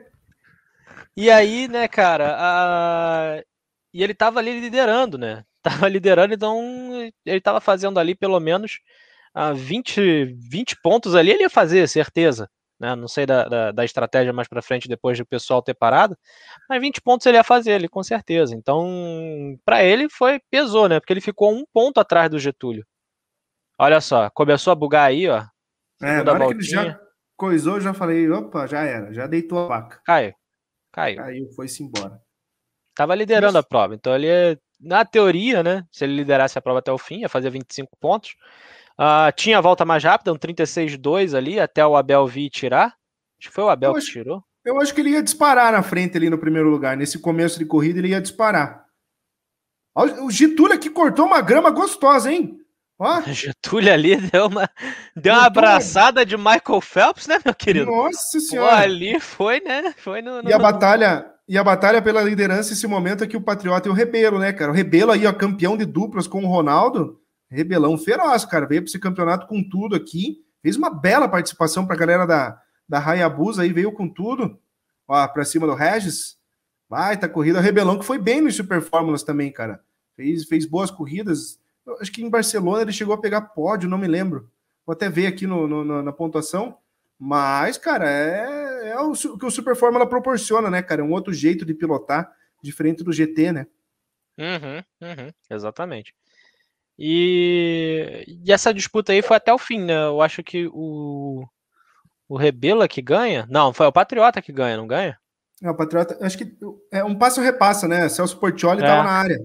B: e aí, né, cara, ah, e ele tava ali liderando, né? Tava liderando, então ele tava fazendo ali pelo menos ah, vinte, vinte pontos ali, ele ia fazer, certeza. Né? Não sei da, da, da estratégia mais para frente depois do pessoal ter parado, mas vinte pontos ele ia fazer ali, com certeza. Então, para ele foi pesou, né? Porque ele ficou um ponto atrás do Getúlio. Olha só, começou a bugar aí, ó.
A: É, na
B: Segunda
A: hora que ele
B: voltinha.
A: já coisou, eu já falei, opa, já era, já deitou a vaca.
B: Caiu, caiu.
A: Caiu, foi-se embora.
B: Tava liderando a
A: Isso.
B: prova. Então ele, na teoria, né? Se ele liderasse a prova até o fim, ia fazer vinte e cinco pontos. Uh, tinha a volta mais rápida, um trinta e seis dois ali, até o Abel vir tirar. Acho que foi o Abel
A: Eu
B: que
A: acho,
B: tirou.
A: eu acho que ele ia disparar na frente ali no primeiro lugar. Nesse começo de corrida, ele ia disparar. Ó, o Getúlio aqui cortou uma grama gostosa, hein? Ó,
B: Getúlio ali deu uma, deu uma
A: cortou uma...
B: abraçada de Michael Phelps, né, meu querido?
A: Nossa
B: Pô,
A: senhora!
B: ali foi, né? Foi no. no,
A: E a
B: no...
A: batalha, e a batalha pela liderança, esse momento aqui, o Patriota e o Rebelo, né, cara? O Rebelo aí, ó, campeão de duplas com o Ronaldo. Rebelão feroz, cara. Veio para esse campeonato com tudo aqui. Fez uma bela participação para a galera da, da Hayabusa aí, veio com tudo. Ó, para cima do Regis. Baita corrida. O Rebelão que foi bem nos Super Fórmulas também, cara. Fez, fez boas corridas. Eu acho que em Barcelona ele chegou a pegar pódio, não me lembro. Vou até ver aqui no, no, na pontuação. Mas, cara, é, é o, o que o Super Fórmula proporciona, né, cara? É um outro jeito de pilotar, diferente do G T, né?
B: Uhum, uhum, exatamente. E, e essa disputa aí foi até o fim, né? Eu acho que o, o Rebelo que ganha. Não, foi o Patriota que ganha, não ganha?
A: É, o Patriota, acho que é um passo repassa, né? Celso Portioli estava
B: É.
A: na área.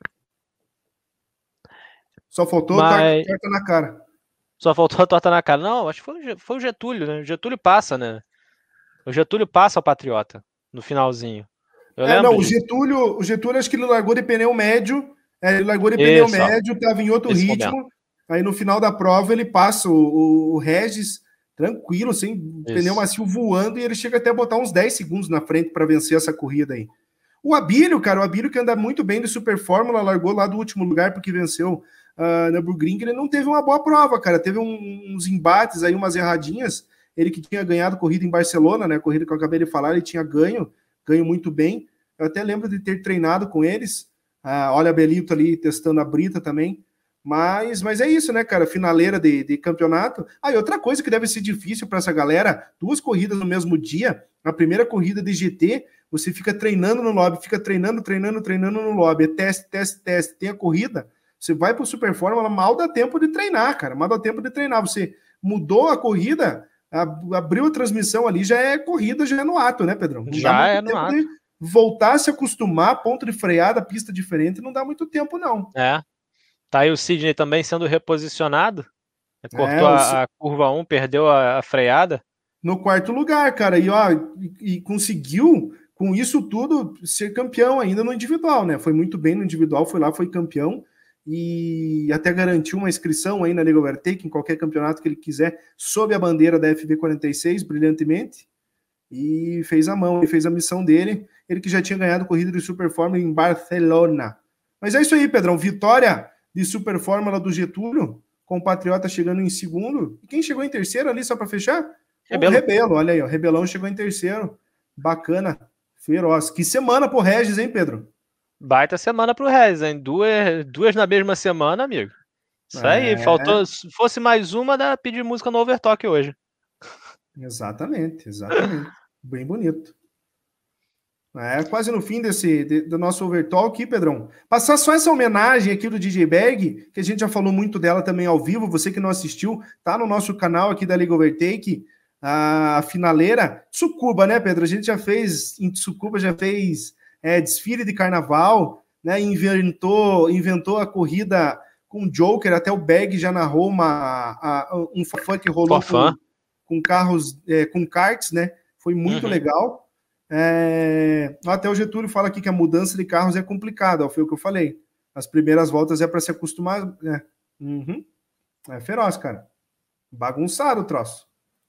A: Só faltou
B: Mas...
A: torta na cara.
B: Só faltou a torta na cara. Não, acho que foi, foi o Getúlio, né? O Getúlio passa, né? O Getúlio passa o Patriota no finalzinho. Eu
A: É,
B: lembro
A: não, o
B: disso.
A: Getúlio, o Getúlio acho que ele largou de pneu médio, é, ele largou de pneu
B: Isso, ó,
A: médio, estava em outro
B: esse
A: ritmo,
B: momento.
A: aí no final da prova ele passa o, o, o Regis tranquilo, sem
B: Isso.
A: pneu macio voando, e ele chega até a botar uns dez segundos na frente para vencer essa corrida aí. O Abílio, cara, o Abílio que anda muito bem de Super Fórmula, largou lá do último lugar porque venceu uh, na Nürburgring, ele não teve uma boa prova, cara, teve um, uns embates aí, umas erradinhas, ele que tinha ganhado corrida em Barcelona, né, corrida que eu acabei de falar, ele tinha ganho, ganho muito bem, eu até lembro de ter treinado com eles, uh, olha a Belito ali testando a Brita também, mas, mas é isso, né, cara, finaleira de, de campeonato. Ah, e outra coisa que deve ser difícil para essa galera, duas corridas no mesmo dia, a primeira corrida de G T, você fica treinando no lobby, fica treinando, treinando, treinando no lobby, é teste, teste, teste, tem a corrida, você vai para o Super Fórmula, mal dá tempo de treinar, cara, mal dá tempo de treinar, você mudou a corrida, abriu a transmissão ali, já é corrida, já é no ato, né, Pedrão? Não
B: já
A: dá muito
B: é no
A: tempo
B: ato.
A: de voltar a se acostumar, ponto de freada, pista diferente, não dá muito tempo, não.
B: É. Tá aí o Sidney também sendo reposicionado. Cortou
A: É,
B: a, a curva um, perdeu a, a freada.
A: No quarto lugar, cara, e, ó, e, e conseguiu, com isso tudo, ser campeão ainda no individual, né? Foi muito bem no individual, foi lá, foi campeão, e até garantiu uma inscrição aí na Liga Overtake, em qualquer campeonato que ele quiser, sob a bandeira da F B quarenta e seis, brilhantemente, e fez a mão, ele fez a missão dele, ele que já tinha ganhado corrida de Super Fórmula em Barcelona. Mas é isso aí, Pedrão, vitória de Super Fórmula do Getúlio, com o Patriota chegando em segundo, e quem chegou em terceiro ali, só para fechar?
B: Rebelo.
A: O Rebelo, olha aí, o Rebelão chegou em terceiro, bacana, feroz. Que semana pro Regis, hein, Pedro?
B: Baita semana pro Regis, hein? Duas, duas na mesma semana, amigo. Isso
A: É...
B: aí, faltou. Se fosse mais uma, dá pedir música no Overtalk hoje.
A: Exatamente, exatamente. Bem bonito. É, quase no fim desse de, do nosso overtalk aqui, Pedrão. Passar só essa homenagem aqui do D J Bag, que a gente já falou muito dela também ao vivo, você que não assistiu, tá no nosso canal aqui da Liga Overtake, a finaleira, Tsukuba, né, Pedro? A gente já fez, em Tsukuba já fez é, desfile de carnaval, né, inventou, inventou a corrida com o Joker, até o Bag já narrou uma, a, um fã que rolou com, com carros, é, com karts, né? Foi muito uhum. legal. É... Até o Getúlio fala aqui que a mudança de carros é complicada, ó, foi o que eu falei. As primeiras voltas é para se acostumar. É. Uhum. É feroz, cara. Bagunçado o troço.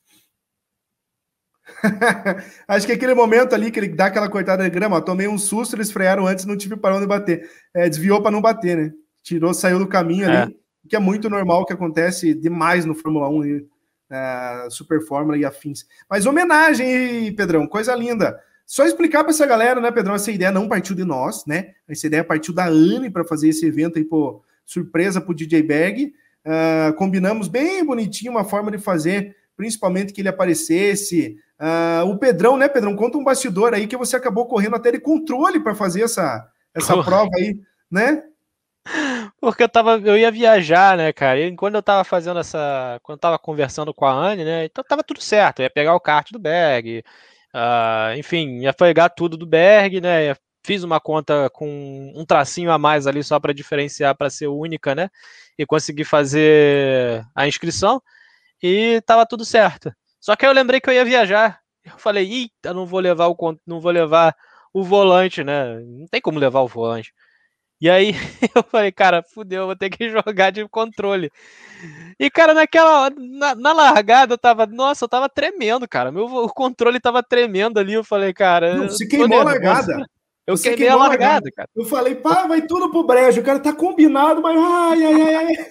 A: Acho que aquele momento ali que ele dá aquela cortada de grama, ó, tomei um susto, eles frearam antes, não tive para onde bater. É, desviou para não bater, né? Tirou, saiu do caminho ali, é. que é muito normal, que acontece demais no Fórmula um, e, é, Super Fórmula e afins. Mas homenagem, Pedrão, coisa linda. Só explicar para essa galera, né, Pedrão, essa ideia não partiu de nós, né? Essa ideia partiu da Anne para fazer esse evento aí, pô, surpresa pro D J Bag. Uh, combinamos bem bonitinho uma forma de fazer, principalmente que ele aparecesse. Uh, o Pedrão, né, Pedrão? Conta um bastidor aí que você acabou correndo até de controle para fazer essa, essa prova aí, né?
B: Porque eu tava, eu ia viajar, né, cara? E quando eu tava fazendo essa. Quando eu tava conversando com a Anne, né? Então tava tudo certo. Eu ia pegar o kart do Berg. Uh, enfim, ia pegar tudo do Berg, né? Fiz uma conta com um tracinho a mais ali só para diferenciar, para ser única, né? E consegui fazer a inscrição e tava tudo certo. Só que aí eu lembrei que eu ia viajar. Eu falei, eita, não vou levar o não vou levar o volante, né? Não tem como levar o volante. E aí eu falei, cara, fudeu, vou ter que jogar de controle. E, cara, naquela. Na, na largada eu tava. Nossa, eu tava tremendo, cara. Meu o controle tava tremendo ali. Eu falei, cara.
A: Não, você queimou a largada.
B: Eu você queimei a largada, largada, cara.
A: Eu falei, pá, vai tudo pro brejo. O cara tá combinado, mas ai, ai, ai, ai.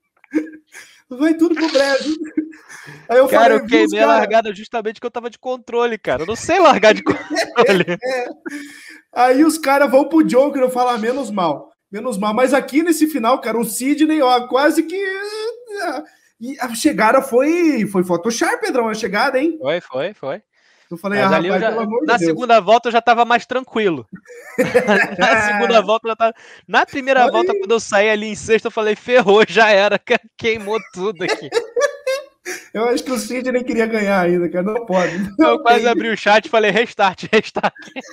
A: Vai tudo pro brejo.
B: Aí eu cara, falei, eu queimei a largada justamente porque eu tava de controle, cara. Eu não sei largar de controle.
A: é. Aí os caras vão pro Joker, eu falo, ah, menos mal. Menos mal. Mas aqui nesse final, cara, o Sidney, ó, quase que. E a chegada foi, foi Photoshop, Pedrão, a chegada, hein?
B: Foi, foi, foi.
A: Eu falei, Mas ah, rapaz,
B: já,
A: pelo amor
B: na
A: de Deus.
B: segunda volta eu já tava mais tranquilo. Na segunda volta eu já tava. Na primeira Aí... volta, quando eu saí ali em sexta, eu falei, ferrou, já era, queimou tudo aqui.
A: Eu acho que o Sidney queria ganhar ainda, cara, não pode. Não
B: eu quase abri o chat e falei, restart, restart.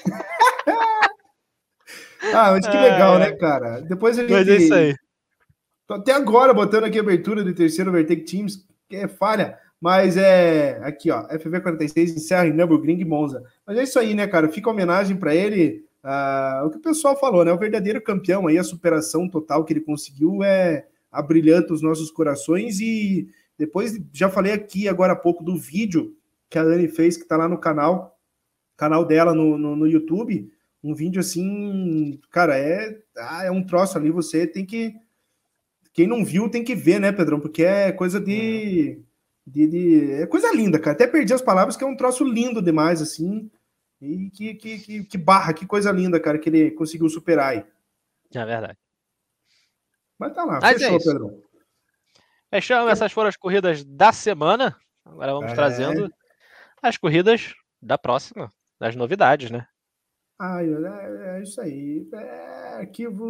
A: Ah, mas que legal, ah, é. né, cara? Depois a gente...
B: Mas é isso aí.
A: Tô até agora botando aqui a abertura do terceiro Overtake Teams, que é falha, mas é... Aqui, ó, F V quarenta e seis encerra em Nürburgring e Monza. Mas é isso aí, né, cara? Fica homenagem para ele, uh, o que o pessoal falou, né? O verdadeiro campeão aí, a superação total que ele conseguiu é abrilhanta os nossos corações. E depois, já falei aqui agora há pouco do vídeo que a Dani fez, que tá lá no canal, canal dela no, no, no YouTube. Um vídeo assim, cara, é, é um troço ali, você tem que... Quem não viu tem que ver, né, Pedrão? Porque é coisa de... de, de é coisa linda, cara. Até perdi as palavras, que é um troço lindo demais, assim. E que, que, que, que barra, que coisa linda, cara, que ele conseguiu superar aí.
B: É verdade.
A: Mas tá lá,
B: Mas
A: fechou,
B: é
A: Pedrão.
B: Fechamos, essas foram as corridas da semana. Agora vamos é... trazendo as corridas da próxima, das novidades, né?
A: Ai, é, é isso aí. É, arquivo.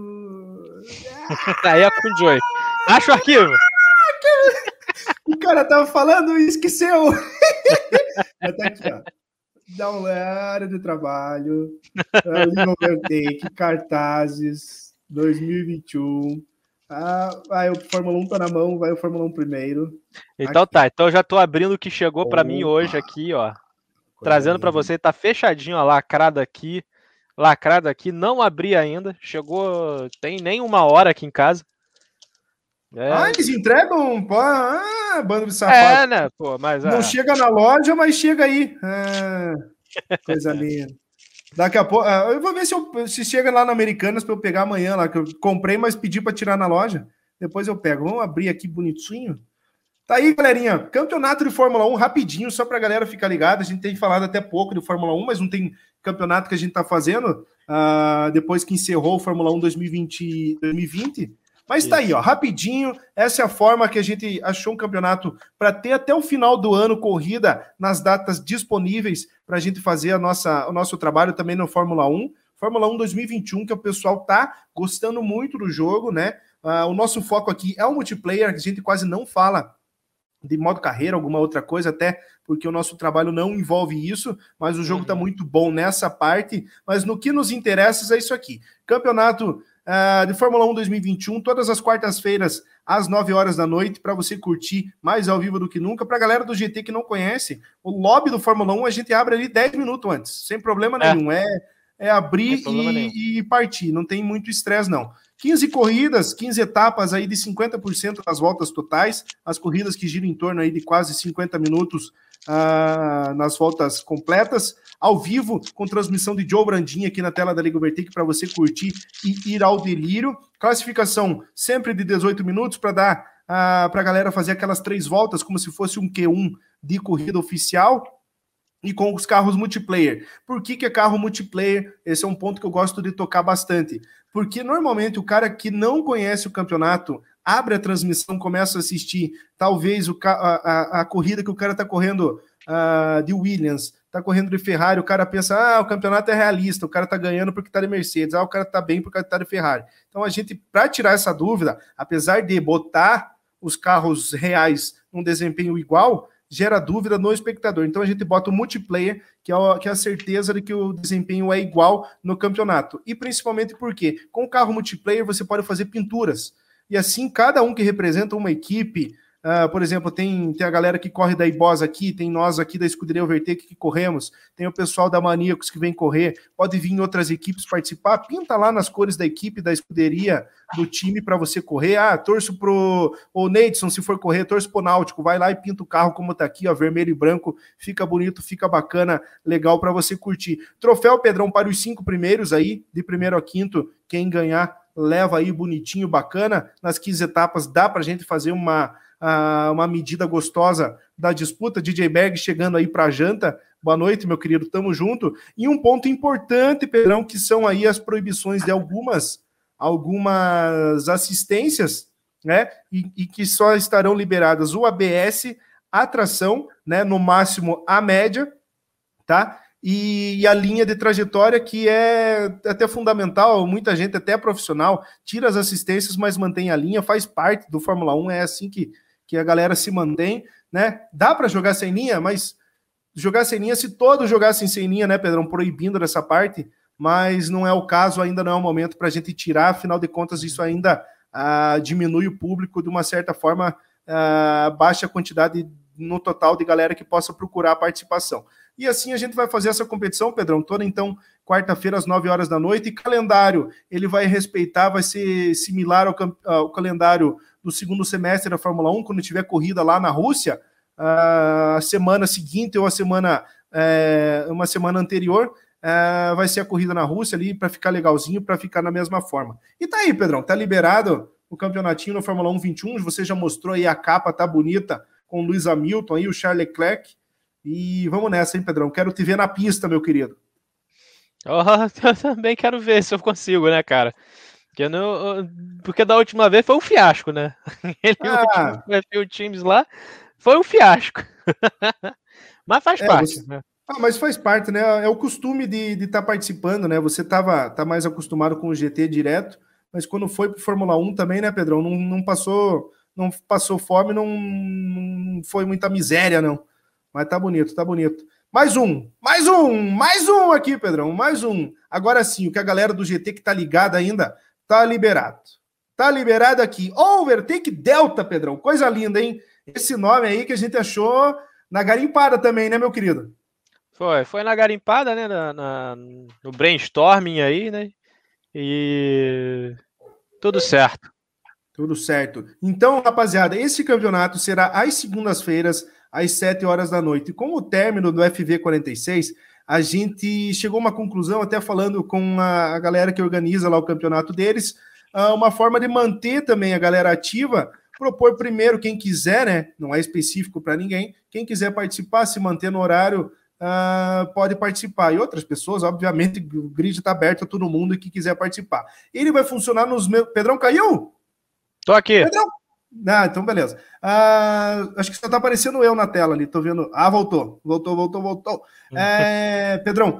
B: Aí é com o Joey. Acha o arquivo.
A: O cara tava falando e esqueceu. Mas tá aqui, ó. Dá uma área de trabalho. Overtake, cartazes, dois mil e vinte e um. Ah, vai, o Fórmula um tá na mão, vai o Fórmula um primeiro.
B: Então
A: aqui.
B: Tá, então eu já tô abrindo o que chegou para mim hoje aqui, ó. Trazendo para você, tá fechadinho, ó, lacrado aqui, lacrado aqui, não abri ainda, chegou, tem nem uma hora aqui em casa.
A: É. Ah, eles entregam, pô, ah, bando de safado.
B: É, né, pô, mas...
A: Não
B: ah.
A: chega na loja, mas chega aí. Ah, coisa linda. Daqui a pouco, ah, eu vou ver se, eu, se chega lá na Americanas para eu pegar amanhã lá, que eu comprei, mas pedi para tirar na loja, depois eu pego. Vamos abrir aqui bonitinho. Tá aí, galerinha, campeonato de Fórmula um, rapidinho, só pra galera ficar ligada, a gente tem falado até pouco de Fórmula um, mas não tem campeonato que a gente tá fazendo, uh, depois que encerrou o Fórmula um dois mil e vinte, Mas tá aí, ó, rapidinho, essa é a forma que a gente achou um campeonato para ter até o final do ano corrida nas datas disponíveis para a gente fazer a nossa, o nosso trabalho também no Fórmula um. Fórmula um dois mil e vinte e um, que o pessoal tá gostando muito do jogo, né? Uh, o nosso foco aqui é o multiplayer, que a gente quase não fala de modo carreira, alguma outra coisa, até porque o nosso trabalho não envolve isso, mas o jogo está uhum. muito bom nessa parte. Mas no que nos interessa é isso aqui. Campeonato uh, de Fórmula um dois mil e vinte e um, todas as quartas-feiras, às nove horas da noite, para você curtir mais ao vivo do que nunca. Para a galera do G T que não conhece, o lobby do Fórmula um a gente abre ali dez minutos antes, sem problema é. nenhum. É, é abrir e, e partir, não tem muito estresse, não. quinze corridas, quinze etapas aí de cinquenta por cento das voltas totais, as corridas que giram em torno aí de quase cinquenta minutos uh, nas voltas completas, ao vivo, com transmissão de Joe Brandinha aqui na tela da Liga Overtake para você curtir e ir ao delírio. Classificação sempre de dezoito minutos para dar uh, para a galera fazer aquelas três voltas como se fosse um Q um de corrida oficial. E com os carros multiplayer. Por que que é carro multiplayer? Esse é um ponto que eu gosto de tocar bastante. Porque normalmente o cara que não conhece o campeonato abre a transmissão, começa a assistir talvez o, a, a, a corrida que o cara está correndo uh, de Williams, está correndo de Ferrari, o cara pensa, ah, o campeonato é realista, o cara está ganhando porque está de Mercedes, ah, o cara está bem porque está de Ferrari. Então a gente, para tirar essa dúvida, apesar de botar os carros reais num desempenho igual, gera dúvida no espectador. Então a gente bota o multiplayer, que é, o, que é a certeza de que o desempenho é igual no campeonato. E principalmente porque com o carro multiplayer você pode fazer pinturas. E assim, cada um que representa uma equipe, uh, por exemplo, tem, tem a galera que corre da Ibos aqui, tem nós aqui da Escuderia Overtake que corremos, tem o pessoal da Maníacos que vem correr, pode vir em outras equipes participar, pinta lá nas cores da equipe, da escuderia, do time para você correr. Ah, torço pro o Neidson, se for correr, torço pro Náutico, vai lá e pinta o carro como tá aqui, ó, vermelho e branco, fica bonito, fica bacana, legal para você curtir. Troféu, Pedrão, para os cinco primeiros aí, de primeiro a quinto, quem ganhar leva aí bonitinho, bacana. Nas quinze etapas dá pra gente fazer uma, uh, uma medida gostosa da disputa. D J Berg chegando aí pra janta. Boa noite, meu querido, tamo junto. E um ponto importante, Pedrão, que são aí as proibições de algumas algumas assistências, né, e, e que só estarão liberadas o A B S, a tração, né, no máximo a média, tá, e, e a linha de trajetória, que é até fundamental, muita gente, até profissional, tira as assistências, mas mantém a linha, faz parte do Fórmula um, é assim que, que a galera se mantém, né, dá para jogar sem linha, mas jogar sem linha, se todos jogassem sem linha, né, Pedrão, proibindo dessa parte, mas não é o caso, ainda não é o momento para a gente tirar, afinal de contas isso ainda ah, diminui o público de uma certa forma, ah, baixa a quantidade no total de galera que possa procurar a participação. E assim a gente vai fazer essa competição, Pedrão, toda então quarta-feira às nove horas da noite, e calendário, ele vai respeitar, vai ser similar ao, ao calendário do segundo semestre da Fórmula um, quando tiver corrida lá na Rússia, a semana seguinte ou a semana, é, uma semana anterior, Uh, vai ser a corrida na Rússia ali para ficar legalzinho, para ficar na mesma forma. E tá aí, Pedrão, tá liberado o campeonatinho no Fórmula um vinte e um, você já mostrou aí a capa, tá bonita, com o Lewis Hamilton aí, o Charles Leclerc, e vamos nessa, hein, Pedrão, quero te ver na pista, meu querido.
B: Oh, eu também quero ver se eu consigo, né, cara? Porque, não, porque da última vez foi um fiasco, né? Ele ah. o times lá, foi um fiasco. Mas faz é, parte,
A: você...
B: né?
A: Ah, mas faz parte, né? É o costume de estar de tá participando, né? Você tava, tá mais acostumado com o G T direto, mas quando foi para Fórmula um também, né, Pedrão? Não, não passou, não passou fome, não, não foi muita miséria, não. Mas tá bonito, tá bonito. Mais um, mais um, mais um aqui, Pedrão, mais um. Agora sim, o que a galera do G T que tá ligada ainda, tá liberado. Tá liberado aqui. Overtake Delta, Pedrão. Coisa linda, hein? Esse nome aí que a gente achou na garimpada também, né, meu querido?
B: Foi, foi na garimpada, né, na, na, no brainstorming aí, né, e tudo certo.
A: Tudo certo. Então, rapaziada, esse campeonato será às segundas-feiras, às sete horas da noite. E com o término do F V quarenta e seis, a gente chegou a uma conclusão, até falando com a, a galera que organiza lá o campeonato deles, uma forma de manter também a galera ativa, propor primeiro quem quiser, né, não é específico para ninguém, quem quiser participar, se manter no horário, Uh, pode participar. E outras pessoas, obviamente, o grid está aberto a todo mundo que quiser participar. Ele vai funcionar nos meus... Pedrão caiu?
B: Tô aqui.
A: Pedrão? Ah, então beleza. Ah, acho que só tá aparecendo eu na tela ali, tô vendo. Ah, voltou, voltou, voltou, voltou. É, Pedrão,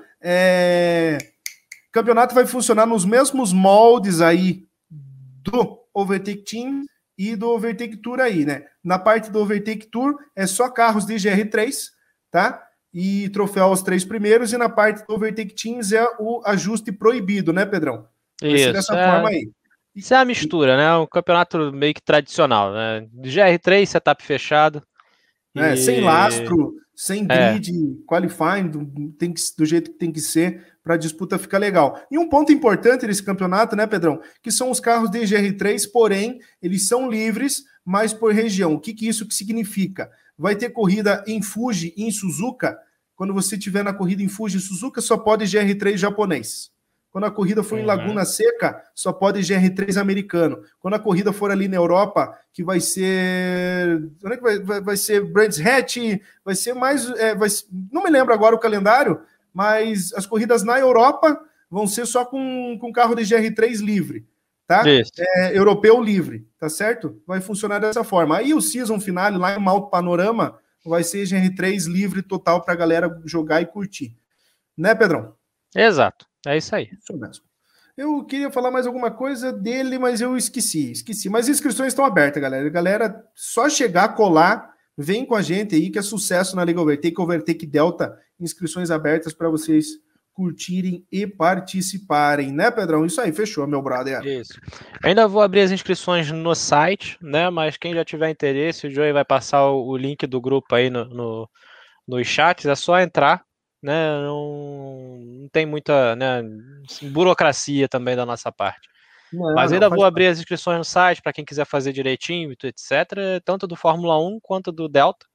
A: é, campeonato vai funcionar nos mesmos moldes aí do Overtake Team e do Overtake Tour aí, né? Na parte do Overtake Tour é só carros de G R três, tá? E troféu aos três primeiros, e na parte do Overtake Teams é o ajuste proibido, né, Pedrão? Vai
B: Isso,
A: ser dessa
B: é...
A: forma aí.
B: Isso é a mistura, né? Um campeonato meio que tradicional, né? G R três, setup fechado.
A: É,
B: E...
A: sem lastro, sem
B: É.
A: grid, qualifying, do, tem que, do jeito que tem que ser, para a disputa ficar legal. E um ponto importante desse campeonato, né, Pedrão? Que são os carros de G R três, porém, eles são livres, mas por região. O que, que isso que significa? Vai ter corrida em Fuji e em Suzuka. Quando você estiver na corrida em Fuji e Suzuka, só pode G R três japonês. Quando a corrida for em Laguna Seca, só pode G R três americano. Quando a corrida for ali na Europa, que vai ser... Onde é que vai, vai, vai ser Brands Hatch, vai ser mais... É, vai, não me lembro agora o calendário, mas as corridas na Europa vão ser só com, com carro de G R três livre, tá? É, europeu livre, tá certo? Vai funcionar dessa forma. Aí o season finale lá em Malto Panorama vai ser G R três livre total para a galera jogar e curtir. Né, Pedrão?
B: Exato. É isso aí.
A: Isso mesmo. Eu queria falar mais alguma coisa dele, mas eu esqueci, esqueci. Mas as inscrições estão abertas, galera. Galera, só chegar, colar, vem com a gente aí, que é sucesso na Liga Overtake, Overtake Delta, inscrições abertas para vocês curtirem e participarem, né, Pedrão? Isso aí, fechou, meu brother.
B: Isso. Ainda vou abrir as inscrições no site, né, mas quem já tiver interesse, o Joey vai passar o, o link do grupo aí no, no, nos chats, é só entrar. Né, não, não tem muita, né, burocracia também da nossa parte. Não, Mas ainda não, vou abrir parte. as inscrições no site para quem quiser fazer direitinho, etcétera, tanto do Fórmula um quanto do Delta.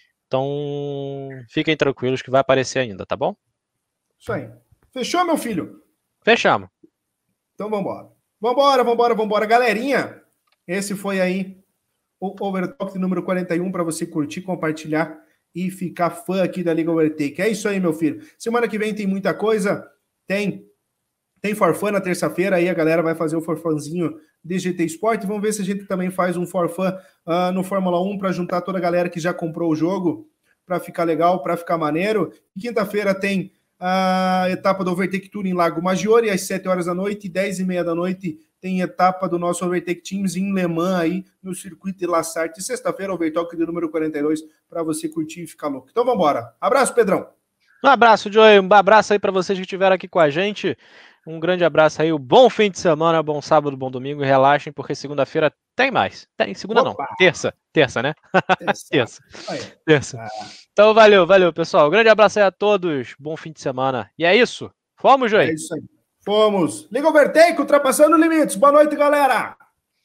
B: Então, fiquem tranquilos que vai aparecer ainda, tá bom?
A: Isso aí. Fechou, meu filho?
B: Fechamos.
A: Então vambora. Vambora, vambora, vambora. Galerinha, esse foi aí o Overtalk número quarenta e um para você curtir, compartilhar e ficar fã aqui da Liga Overtake. É isso aí, meu filho. Semana que vem tem muita coisa. Tem tem forfã na terça-feira, aí a galera vai fazer o forfãzinho de G T Sport. Vamos ver se a gente também faz um forfã uh, no Fórmula um para juntar toda a galera que já comprou o jogo, para ficar legal, para ficar maneiro. E quinta-feira tem a etapa do Overtake Tour em Lago Maggiore, às sete horas da noite, e dez e meia da noite tem etapa do nosso Overtake Teams em Le Mans aí, no circuito de La Sarthe. Sexta-feira, Overtalk de número quarenta e dois, para você curtir e ficar louco. Então vamos embora. Abraço, Pedrão.
B: Um abraço, Joey. Um abraço aí para vocês que estiveram aqui com a gente. Um grande abraço aí. Um bom fim de semana, bom sábado, bom domingo. E relaxem, porque segunda-feira tem mais. Tem, segunda Opa. não. Terça. Terça, né? Terça. Terça. Terça. Ah. Então valeu, valeu, pessoal. Um grande abraço aí a todos. Bom fim de semana. E é isso. Fomos, Joey?
A: É isso aí. Fomos. Liga Overtake, ultrapassando limites. Boa noite, galera.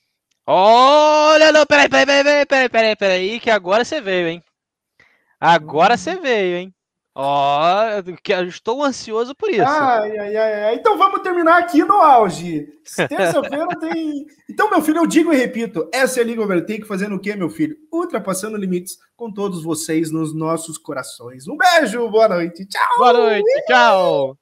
B: Olha, não, peraí, peraí, peraí, peraí, peraí, peraí, que agora você veio, hein? Agora você hum. veio, hein? Ó, oh, estou ansioso por isso.
A: Ai, ai, ai, ai. Então vamos terminar aqui no auge. Terça-feira tem... Então, meu filho, eu digo e repito, essa é a Liga Overtake fazendo o quê, meu filho? Ultrapassando limites com todos vocês nos nossos corações. Um beijo, boa noite, tchau!
B: Boa noite, tchau!